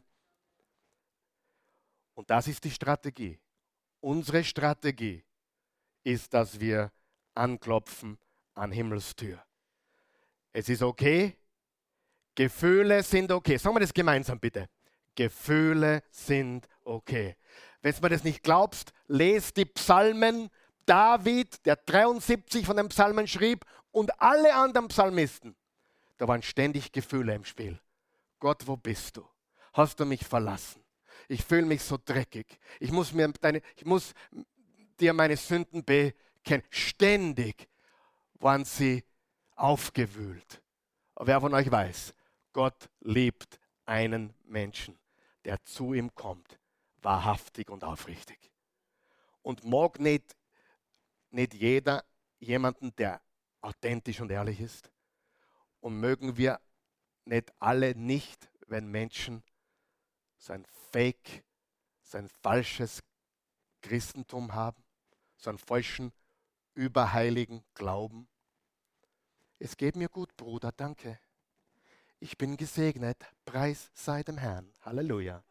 S1: Und das ist die Strategie. Unsere Strategie ist, dass wir anklopfen an Himmelstür. Es ist okay. Gefühle sind okay. Sagen wir das gemeinsam bitte. Gefühle sind okay. Wenn du mir das nicht glaubst, lest die Psalmen. David, der 73 von den Psalmen schrieb, und alle anderen Psalmisten. Da waren ständig Gefühle im Spiel. Gott, wo bist du? Hast du mich verlassen? Ich fühle mich so dreckig. Ich muss dir meine Sünden bekennen. Ständig waren sie aufgewühlt. Aber wer von euch weiß, Gott liebt einen Menschen, der zu ihm kommt, wahrhaftig und aufrichtig. Und mag nicht jeder jemanden, der authentisch und ehrlich ist. Und mögen wir nicht alle nicht, wenn Menschen so ein Fake, so ein falsches Christentum haben, so einen falschen, überheiligen Glauben. Es geht mir gut, Bruder, danke. Ich bin gesegnet, Preis sei dem Herrn. Halleluja.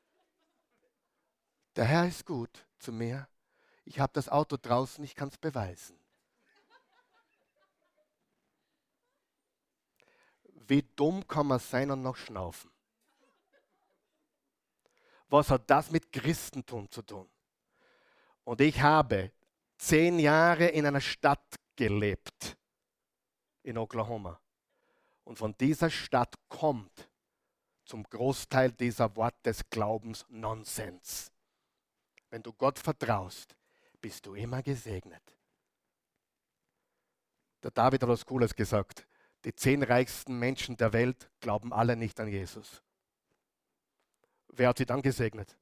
S1: Der Herr ist gut zu mir. Ich habe das Auto draußen, ich kann es beweisen. Wie dumm kann man sein und noch schnaufen? Was hat das mit Christentum zu tun? Und ich habe 10 Jahre in einer Stadt gelebt, in Oklahoma. Und von dieser Stadt kommt zum Großteil dieser Wort des Glaubens Nonsens. Wenn du Gott vertraust, bist du immer gesegnet. Der David hat was Cooles gesagt. Die 10 reichsten Menschen der Welt glauben alle nicht an Jesus. Wer hat sie dann gesegnet?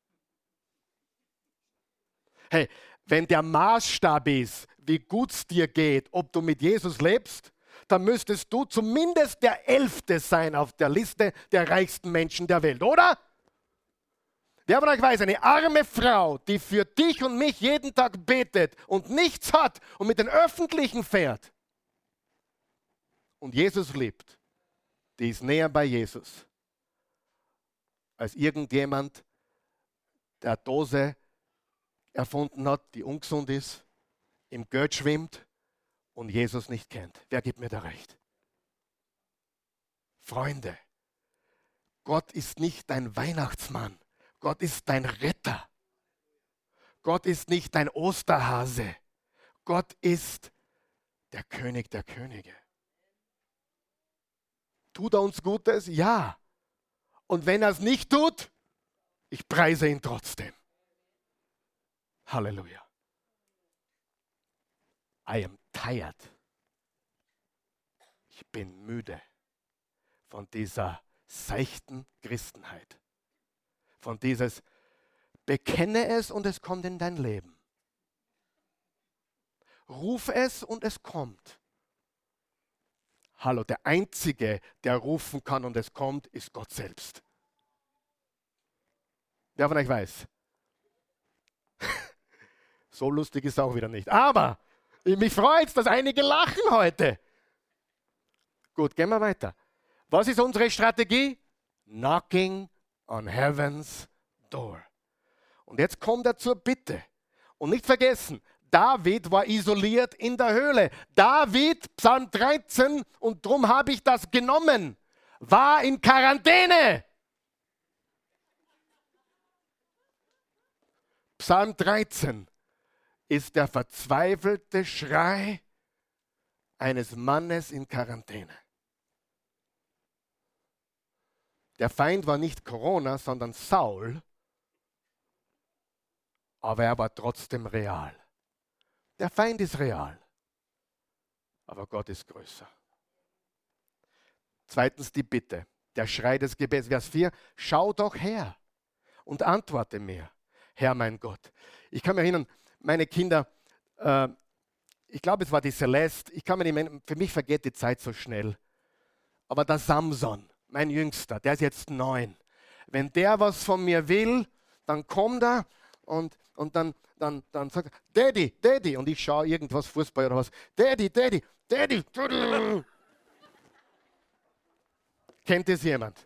S1: Hey, wenn der Maßstab ist, wie gut es dir geht, ob du mit Jesus lebst, dann müsstest du zumindest der 11. sein auf der Liste der reichsten Menschen der Welt, oder? Wer von euch weiß, eine arme Frau, die für dich und mich jeden Tag betet und nichts hat und mit den Öffentlichen fährt und Jesus liebt, die ist näher bei Jesus als irgendjemand, der eine Dose erfunden hat, die ungesund ist, im Geld schwimmt und Jesus nicht kennt. Wer gibt mir da recht? Freunde, Gott ist nicht dein Weihnachtsmann. Gott ist dein Retter. Gott ist nicht dein Osterhase. Gott ist der König der Könige. Tut er uns Gutes? Ja. Und wenn er es nicht tut, ich preise ihn trotzdem. Halleluja. I am tired. Ich bin müde von dieser seichten Christenheit. Von dieses bekenne es und es kommt in dein Leben. Ruf es und es kommt. Hallo, der Einzige, der rufen kann und es kommt, ist Gott selbst. Wer von euch weiß? So lustig ist es auch wieder nicht. Aber mich freut es, dass einige lachen heute. Gut, gehen wir weiter. Was ist unsere Strategie? Knocking on heaven's door. Und jetzt kommt er zur Bitte. Und nicht vergessen, David war isoliert in der Höhle. David, Psalm 13, und darum habe ich das genommen, war in Quarantäne. Psalm 13 ist der verzweifelte Schrei eines Mannes in Quarantäne. Der Feind war nicht Corona, sondern Saul, aber er war trotzdem real. Der Feind ist real, aber Gott ist größer. Zweitens die Bitte, der Schrei des Gebets, Vers 4, schau doch her und antworte mir, Herr mein Gott. Ich kann mich erinnern, meine Kinder, ich glaube es war die Celeste, ich kann mich nicht mehr, für mich vergeht die Zeit so schnell, aber der Samson, mein Jüngster, der ist jetzt 9. Wenn der was von mir will, dann kommt er und dann sagt er, Daddy, Daddy, und ich schaue irgendwas, Fußball oder was, Daddy, Daddy, Daddy. Kennt es jemand?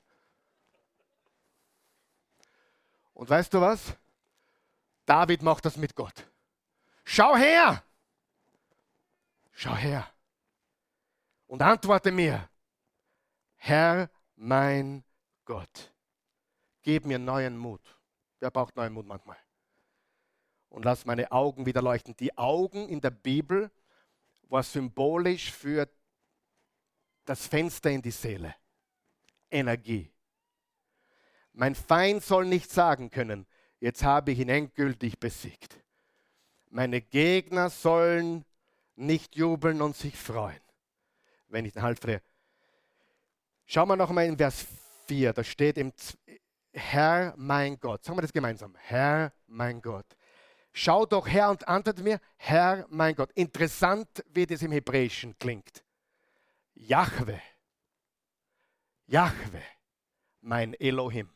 S1: Und weißt du was? David macht das mit Gott. Schau her! Schau her! Und antworte mir, Herr, mein Gott, gib mir neuen Mut. Wer braucht neuen Mut manchmal? Und lass meine Augen wieder leuchten. Die Augen in der Bibel war symbolisch für das Fenster in die Seele. Energie. Mein Feind soll nicht sagen können, jetzt habe ich ihn endgültig besiegt. Meine Gegner sollen nicht jubeln und sich freuen. wenn ich den Halt verliere. Schauen wir noch mal in Vers 4, da steht Herr mein Gott. Sagen wir das gemeinsam. Herr mein Gott. Schau doch her und antworte mir, Herr mein Gott. Interessant, wie das im Hebräischen klingt. Jahwe. Jahwe, mein Elohim.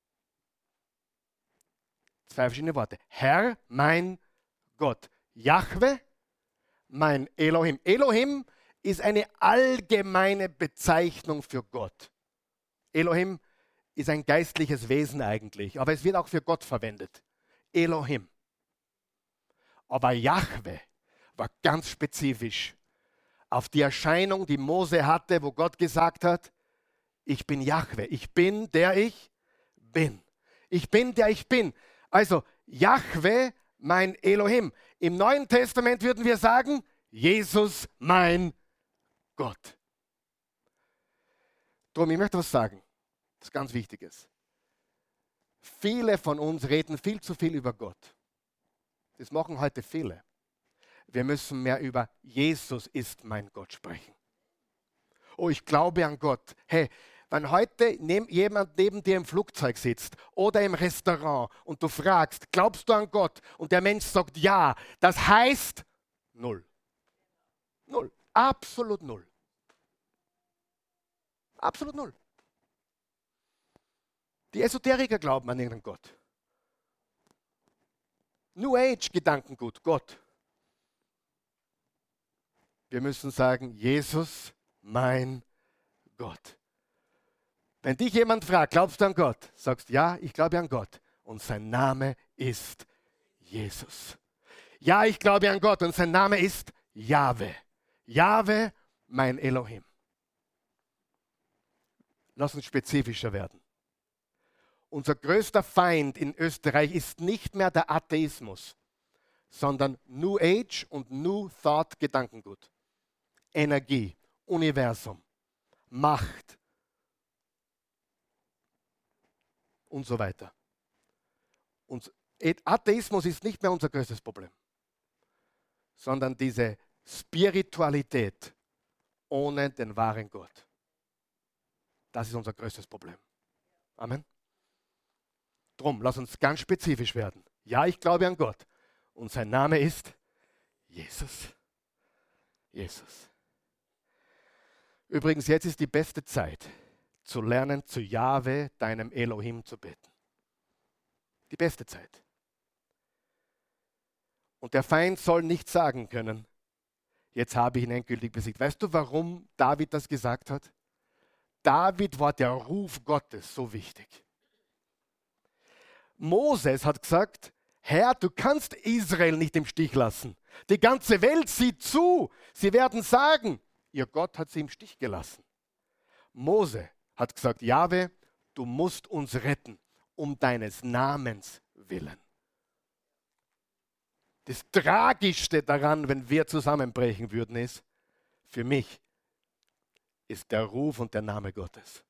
S1: Zwei verschiedene Worte. Herr mein Gott. Jahwe, mein Elohim. Elohim ist eine allgemeine Bezeichnung für Gott. Elohim ist ein geistliches Wesen eigentlich, aber es wird auch für Gott verwendet. Elohim. Aber Jahwe war ganz spezifisch auf die Erscheinung, die Mose hatte, wo Gott gesagt hat, ich bin Jahwe, ich bin, der ich bin. Ich bin, der ich bin. Also Jahwe, mein Elohim. Im Neuen Testament würden wir sagen, Jesus, mein Gott. Drum, ich möchte was sagen, das ist ganz Wichtiges. Viele von uns reden viel zu viel über Gott. Das machen heute viele. Wir müssen mehr über Jesus ist mein Gott sprechen. Oh, ich glaube an Gott. Hey, wenn heute jemand neben dir im Flugzeug sitzt oder im Restaurant und du fragst, glaubst du an Gott? Und der Mensch sagt ja, das heißt null. Null. Absolut null. Absolut null. Die Esoteriker glauben an irgendeinen Gott. New Age Gedankengut, Gott. Wir müssen sagen, Jesus, mein Gott. Wenn dich jemand fragt, glaubst du an Gott? Sagst, ja, ich glaube an Gott. Und sein Name ist Jesus. Ja, ich glaube an Gott und sein Name ist Jahwe. Jahwe, mein Elohim. Lass uns spezifischer werden. Unser größter Feind in Österreich ist nicht mehr der Atheismus, sondern New Age und New Thought Gedankengut. Energie, Universum, Macht und so weiter. Und Atheismus ist nicht mehr unser größtes Problem, sondern diese Spiritualität ohne den wahren Gott. Das ist unser größtes Problem. Amen. Drum, lass uns ganz spezifisch werden. Ja, ich glaube an Gott. Und sein Name ist Jesus. Jesus. Übrigens, jetzt ist die beste Zeit, zu lernen, zu Jahwe, deinem Elohim, zu beten. Die beste Zeit. Und der Feind soll nicht sagen können, jetzt habe ich ihn endgültig besiegt. Weißt du, warum David das gesagt hat? David war der Ruf Gottes so wichtig. Moses hat gesagt, Herr, du kannst Israel nicht im Stich lassen. Die ganze Welt sieht zu. Sie werden sagen, ihr Gott hat sie im Stich gelassen. Mose hat gesagt, Jahwe, du musst uns retten, um deines Namens willen. Das Tragischste daran, wenn wir zusammenbrechen würden, ist, für mich ist der Ruf und der Name Gottes.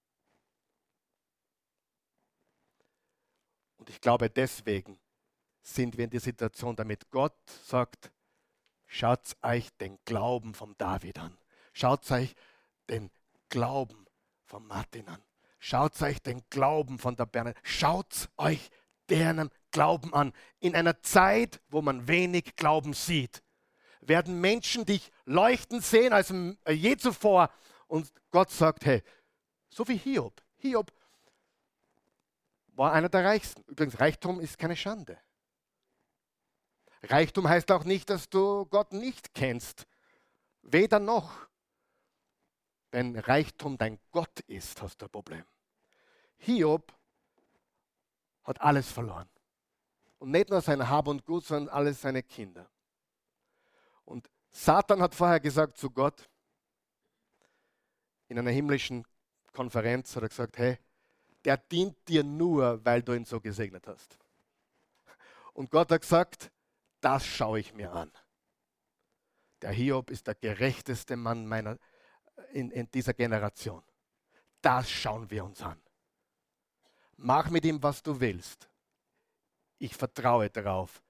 S1: Und ich glaube, deswegen sind wir in der Situation, damit Gott sagt, schaut euch den Glauben von David an. Schaut euch den Glauben von Martin an. Schaut euch den Glauben von der Bernhard. Schaut euch deren Glauben an. In einer Zeit, wo man wenig Glauben sieht, werden Menschen dich leuchten sehen als je zuvor. Und Gott sagt, hey, so wie Hiob. Hiob war einer der Reichsten. Übrigens, Reichtum ist keine Schande. Reichtum heißt auch nicht, dass du Gott nicht kennst. Weder noch. Wenn Reichtum dein Gott ist, hast du ein Problem. Hiob hat alles verloren. Und nicht nur sein Hab und Gut, sondern alles seine Kinder. Und Satan hat vorher gesagt zu Gott, in einer himmlischen Konferenz hat er gesagt, hey, der dient dir nur, weil du ihn so gesegnet hast. Und Gott hat gesagt, das schaue ich mir an. Der Hiob ist der gerechteste Mann in dieser Generation. Das schauen wir uns an. Mach mit ihm, was du willst. Ich vertraue darauf.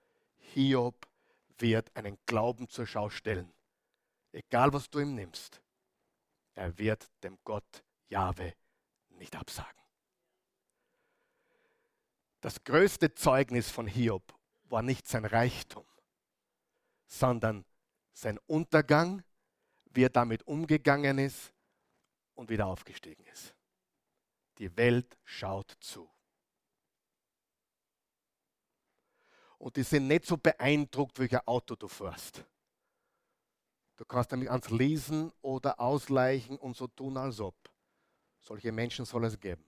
S1: Hiob wird einen Glauben zur Schau stellen. Egal, was du ihm nimmst. Er wird dem Gott Jahwe nicht absagen. Das größte Zeugnis von Hiob war nicht sein Reichtum, sondern sein Untergang, wie er damit umgegangen ist und wieder aufgestiegen ist. Die Welt schaut zu. Und die sind nicht so beeindruckt, welches Auto du fährst. Du kannst nämlich ans Lesen oder ausleichen und so tun, als ob. Solche Menschen soll es geben.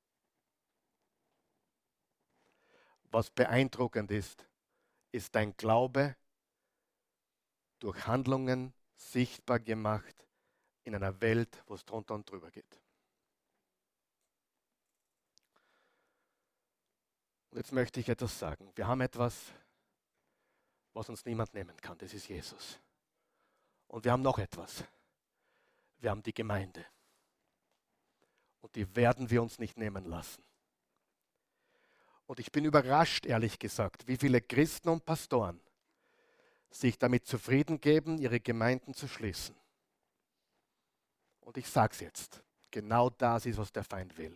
S1: Was beeindruckend ist, ist dein Glaube durch Handlungen sichtbar gemacht in einer Welt, wo es drunter und drüber geht. Und jetzt möchte ich etwas sagen. Wir haben etwas, was uns niemand nehmen kann. Das ist Jesus. Und wir haben noch etwas. Wir haben die Gemeinde. Und die werden wir uns nicht nehmen lassen. Und ich bin überrascht, ehrlich gesagt, wie viele Christen und Pastoren sich damit zufrieden geben, ihre Gemeinden zu schließen. Und ich sage es jetzt, genau das ist, was der Feind will.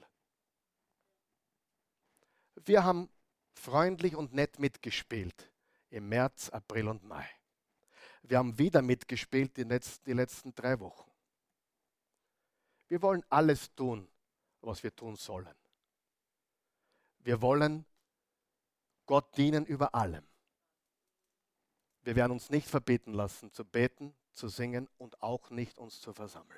S1: Wir haben freundlich und nett mitgespielt im März, April und Mai. Wir haben wieder mitgespielt die letzten 3 Wochen. Wir wollen alles tun, was wir tun sollen. Wir wollen Gott dienen über allem. Wir werden uns nicht verbieten lassen, zu beten, zu singen und auch nicht uns zu versammeln.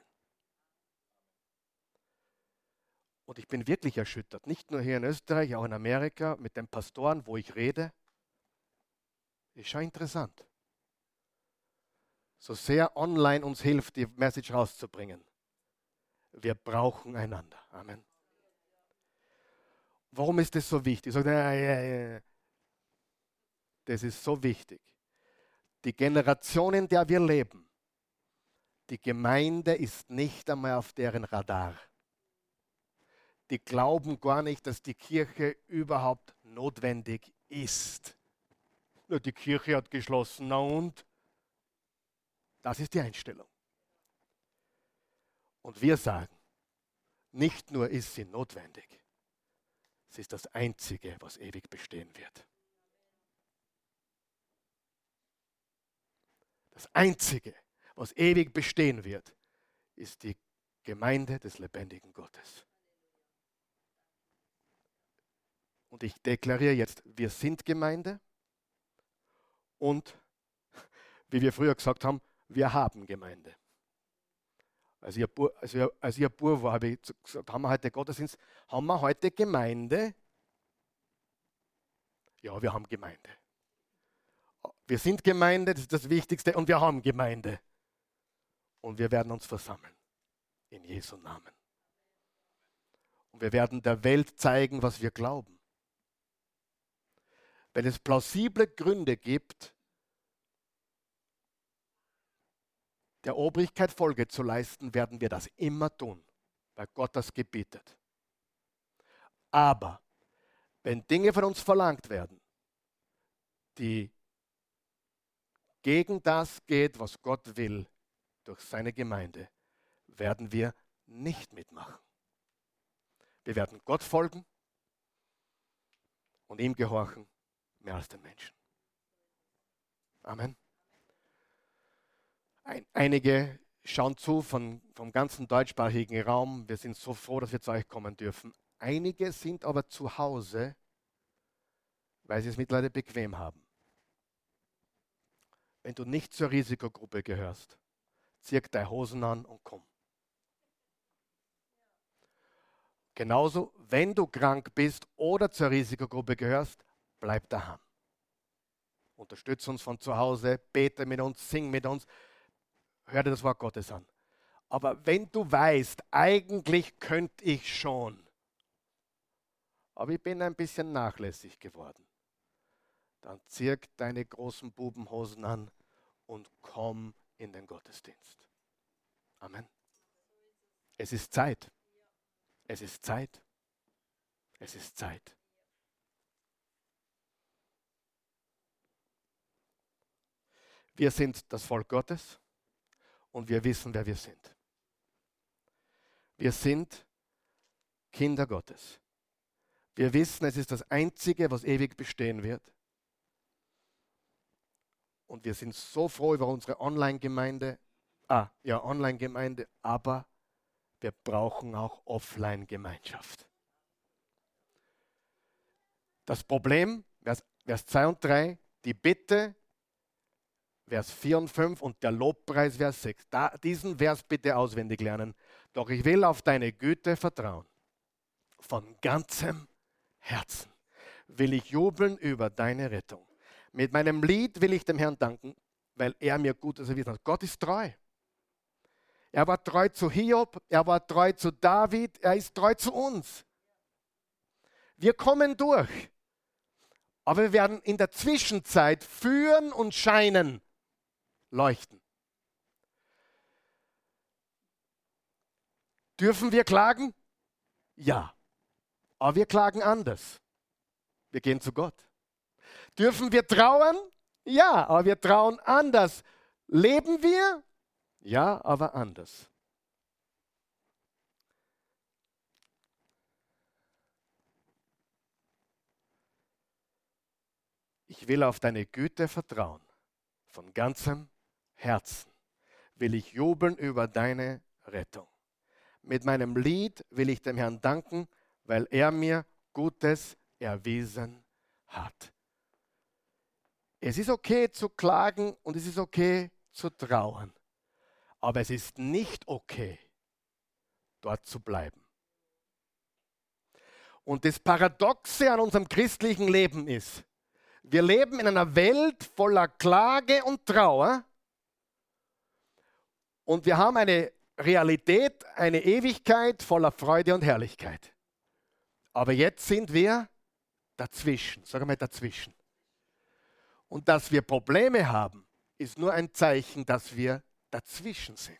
S1: Und ich bin wirklich erschüttert, nicht nur hier in Österreich, auch in Amerika, mit den Pastoren, wo ich rede. Ist schon interessant. So sehr online uns hilft, die Message rauszubringen. Wir brauchen einander. Amen. Warum ist das so wichtig? Das ist so wichtig. Die Generation, in der wir leben, die Gemeinde ist nicht einmal auf deren Radar. Die glauben gar nicht, dass die Kirche überhaupt notwendig ist. Nur die Kirche hat geschlossen, na und? Das ist die Einstellung. Und wir sagen, nicht nur ist sie notwendig, sie ist das Einzige, was ewig bestehen wird. Das Einzige, was ewig bestehen wird, ist die Gemeinde des lebendigen Gottes. Und ich deklariere jetzt, wir sind Gemeinde und, wie wir früher gesagt haben, wir haben Gemeinde. Als ich ein Bub war, habe ich gesagt, haben wir heute Gottesdienst? Haben wir heute Gemeinde? Ja, wir haben Gemeinde. Wir sind Gemeinde, das ist das Wichtigste, und wir haben Gemeinde. Und wir werden uns versammeln. In Jesu Namen. Und wir werden der Welt zeigen, was wir glauben. Wenn es plausible Gründe gibt, der Obrigkeit Folge zu leisten, werden wir das immer tun, weil Gott das gebietet. Aber wenn Dinge von uns verlangt werden, die gegen das geht, was Gott will, durch seine Gemeinde, werden wir nicht mitmachen. Wir werden Gott folgen und ihm gehorchen, mehr als den Menschen. Amen. Einige schauen zu vom ganzen deutschsprachigen Raum. Wir sind so froh, dass wir zu euch kommen dürfen. Einige sind aber zu Hause, weil sie es mittlerweile bequem haben. Wenn du nicht zur Risikogruppe gehörst, zieh deine Hosen an und komm. Genauso, wenn du krank bist oder zur Risikogruppe gehörst, bleib daheim. Unterstütze uns von zu Hause, bete mit uns, sing mit uns, hör dir das Wort Gottes an. Aber wenn du weißt, eigentlich könnte ich schon, aber ich bin ein bisschen nachlässig geworden, dann zieh deine großen Bubenhosen an und komm in den Gottesdienst. Amen. Es ist Zeit. Es ist Zeit. Es ist Zeit. Wir sind das Volk Gottes und wir wissen, wer wir sind. Wir sind Kinder Gottes. Wir wissen, es ist das Einzige, was ewig bestehen wird. Und wir sind so froh über unsere Online-Gemeinde. Online-Gemeinde, aber wir brauchen auch Offline-Gemeinschaft. Das Problem, Vers 2 und 3, die Bitte, Vers 4 und 5 und der Lobpreis, Vers 6. Diesen Vers bitte auswendig lernen. Doch ich will auf deine Güte vertrauen. Von ganzem Herzen will ich jubeln über deine Rettung. Mit meinem Lied will ich dem Herrn danken, weil er mir Gutes erwiesen hat. Gott ist treu. Er war treu zu Hiob, er war treu zu David, er ist treu zu uns. Wir kommen durch, aber wir werden in der Zwischenzeit führen und scheinen, leuchten. Dürfen wir klagen? Ja, aber wir klagen anders. Wir gehen zu Gott. Dürfen wir trauern? Ja, aber wir trauen anders. Leben wir? Ja, aber anders. Ich will auf deine Güte vertrauen. Von ganzem Herzen will ich jubeln über deine Rettung. Mit meinem Lied will ich dem Herrn danken, weil er mir Gutes erwiesen hat. Es ist okay zu klagen und es ist okay zu trauern. Aber es ist nicht okay, dort zu bleiben. Und das Paradoxe an unserem christlichen Leben ist, wir leben in einer Welt voller Klage und Trauer und wir haben eine Realität, eine Ewigkeit voller Freude und Herrlichkeit. Aber jetzt sind wir dazwischen, sagen wir dazwischen. Und dass wir Probleme haben, ist nur ein Zeichen, dass wir dazwischen sind.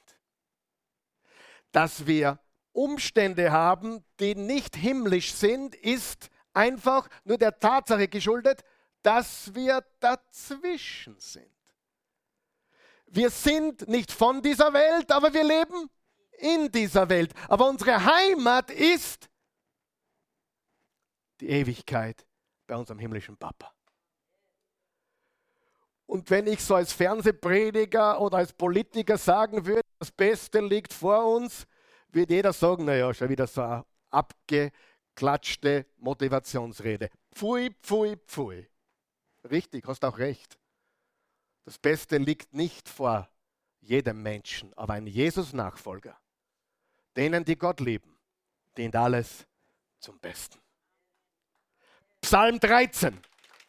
S1: Dass wir Umstände haben, die nicht himmlisch sind, ist einfach nur der Tatsache geschuldet, dass wir dazwischen sind. Wir sind nicht von dieser Welt, aber wir leben in dieser Welt. Aber unsere Heimat ist die Ewigkeit bei unserem himmlischen Papa. Und wenn ich so als Fernsehprediger oder als Politiker sagen würde, das Beste liegt vor uns, würde jeder sagen, naja, schon wieder so eine abgeklatschte Motivationsrede. Pfui, pfui, pfui. Richtig, hast auch recht. Das Beste liegt nicht vor jedem Menschen, aber ein Jesus-Nachfolger. Denen, die Gott lieben, dient alles zum Besten. Psalm 13.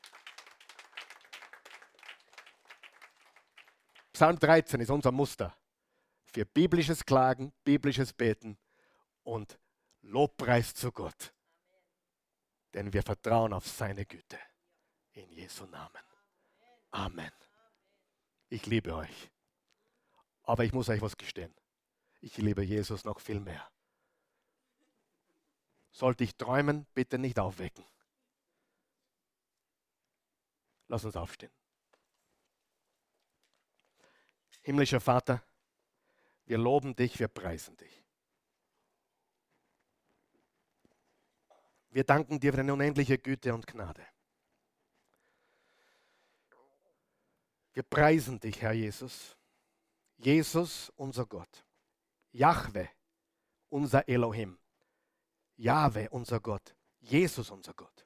S1: Psalm 13 ist unser Muster für biblisches Klagen, biblisches Beten und Lobpreis zu Gott. Denn wir vertrauen auf seine Güte. In Jesu Namen. Amen. Ich liebe euch. Aber ich muss euch was gestehen. Ich liebe Jesus noch viel mehr. Sollte ich träumen, bitte nicht aufwecken. Lass uns aufstehen. Himmlischer Vater, wir loben dich, wir preisen dich. Wir danken dir für deine unendliche Güte und Gnade. Wir preisen dich, Herr Jesus. Jesus, unser Gott. Jahwe, unser Elohim. Jahwe, unser Gott. Jesus, unser Gott.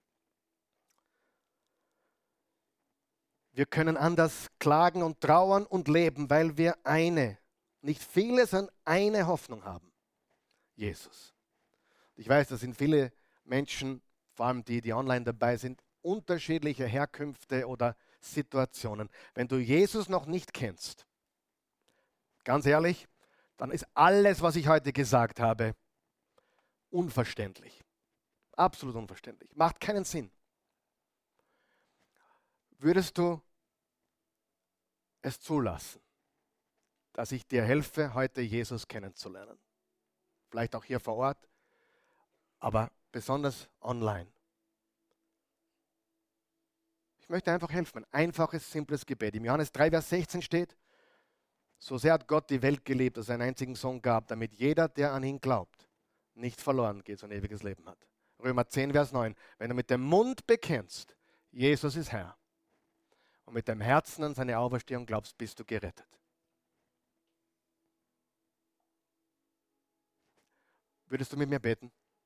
S1: Wir können anders klagen und trauern und leben, weil wir nicht viele, sondern eine Hoffnung haben. Jesus. Ich weiß, das sind viele Menschen, vor allem die online dabei sind, unterschiedliche Herkünfte oder Situationen. Wenn du Jesus noch nicht kennst, ganz ehrlich, dann ist alles, was ich heute gesagt habe, unverständlich. Absolut unverständlich. Macht keinen Sinn. Würdest du es zulassen, dass ich dir helfe, heute Jesus kennenzulernen? Vielleicht auch hier vor Ort, aber besonders online. Ich möchte einfach helfen. Ein einfaches, simples Gebet. Im Johannes 3, Vers 16 steht, So sehr hat Gott die Welt geliebt, dass er einen einzigen Sohn gab, damit jeder, der an ihn glaubt, nicht verloren geht, sondern ewiges Leben hat. Römer 10, Vers 9. Wenn du mit dem Mund bekennst, Jesus ist Herr, und mit dem Herzen an seine Auferstehung glaubst, bist du gerettet. Würdest du mit mir beten?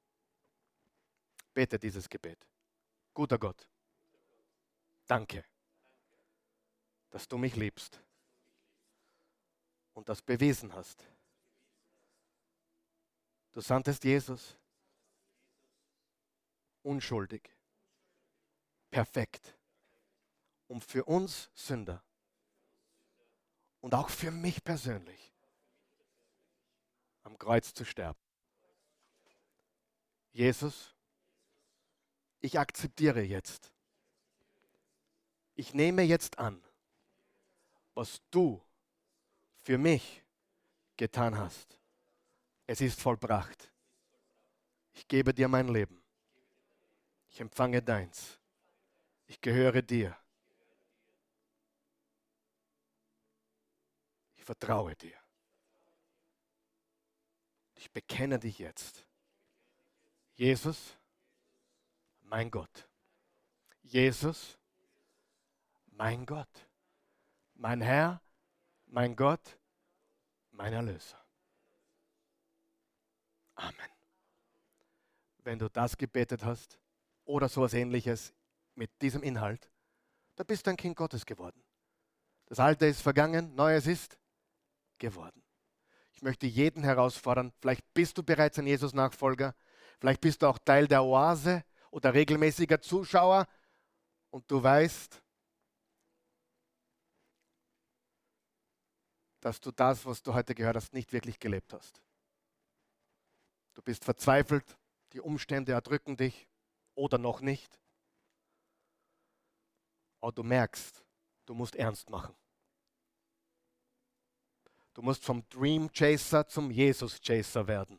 S1: Bete dieses Gebet. Guter Gott, danke, dass du mich liebst und das bewiesen hast. Du sandtest Jesus, unschuldig, perfekt, um für uns Sünder und auch für mich persönlich am Kreuz zu sterben. Jesus, ich akzeptiere jetzt. Ich nehme jetzt an, was du für mich getan hast. Es ist vollbracht. Ich gebe dir mein Leben. Ich empfange deins. Ich gehöre dir. Ich vertraue dir. Ich bekenne dich jetzt. Jesus, mein Gott. Jesus, mein Gott. Mein Herr, mein Gott, mein Erlöser. Amen. Wenn du das gebetet hast oder sowas Ähnliches mit diesem Inhalt, dann bist du ein Kind Gottes geworden. Das Alte ist vergangen, Neues ist geworden. Ich möchte jeden herausfordern, vielleicht bist du bereits ein Jesus-Nachfolger, vielleicht bist du auch Teil der Oase oder regelmäßiger Zuschauer und du weißt, dass du das, was du heute gehört hast, nicht wirklich gelebt hast. Du bist verzweifelt, die Umstände erdrücken dich oder noch nicht. Aber du merkst, du musst ernst machen. Du musst vom Dream Chaser zum Jesus Chaser werden.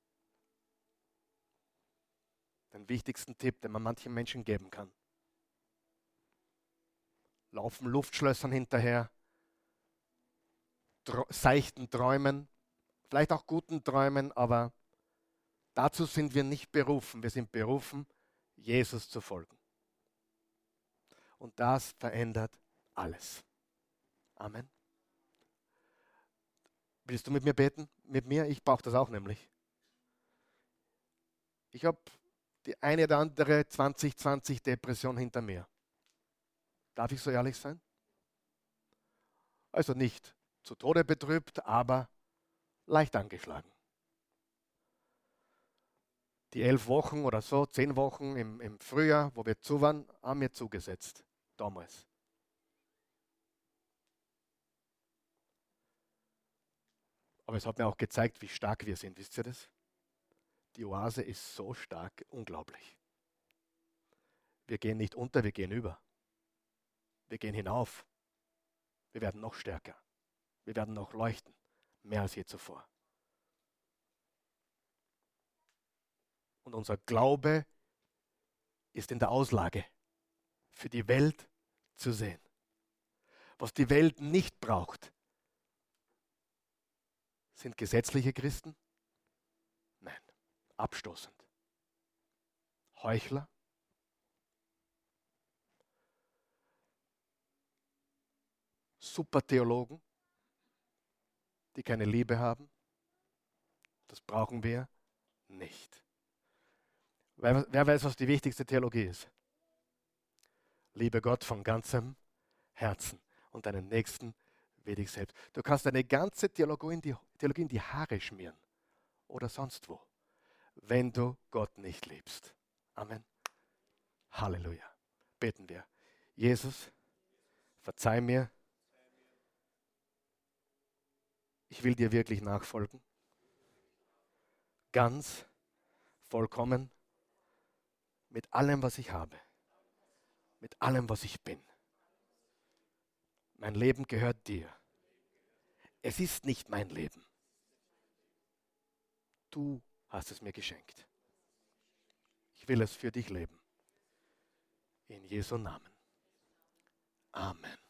S1: Den wichtigsten Tipp, den man manchen Menschen geben kann. Laufen Luftschlössern hinterher, seichten Träumen, vielleicht auch guten Träumen, aber dazu sind wir nicht berufen. Wir sind berufen, Jesus zu folgen. Und das verändert alles. Amen. Willst du mit mir beten? Mit mir? Ich brauche das auch nämlich. Ich habe die eine oder andere 2020 Depression hinter mir. Darf ich so ehrlich sein? Also nicht zu Tode betrübt, aber leicht angeschlagen. Die 11 Wochen oder so, 10 Wochen im Frühjahr, wo wir zu waren, haben mir zugesetzt. Damals. Aber es hat mir auch gezeigt, wie stark wir sind. Wisst ihr das? Die Oase ist so stark, unglaublich. Wir gehen nicht unter, wir gehen über. Wir gehen hinauf. Wir werden noch stärker. Wir werden noch leuchten. Mehr als je zuvor. Und unser Glaube ist in der Auslage, für die Welt zu sehen. Was die Welt nicht braucht, sind gesetzliche Christen? Nein, abstoßend. Heuchler? Supertheologen, die keine Liebe haben? Das brauchen wir nicht. Wer weiß, was die wichtigste Theologie ist? Liebe Gott von ganzem Herzen und deinen Nächsten wie dich selbst. Du kannst deine ganze Theologie in die Haare schmieren oder sonst wo, wenn du Gott nicht liebst. Amen. Halleluja. Beten wir. Jesus, verzeih mir. Ich will dir wirklich nachfolgen. Ganz, vollkommen, mit allem, was ich habe. Mit allem, was ich bin. Mein Leben gehört dir. Es ist nicht mein Leben. Du hast es mir geschenkt. Ich will es für dich leben. In Jesu Namen. Amen.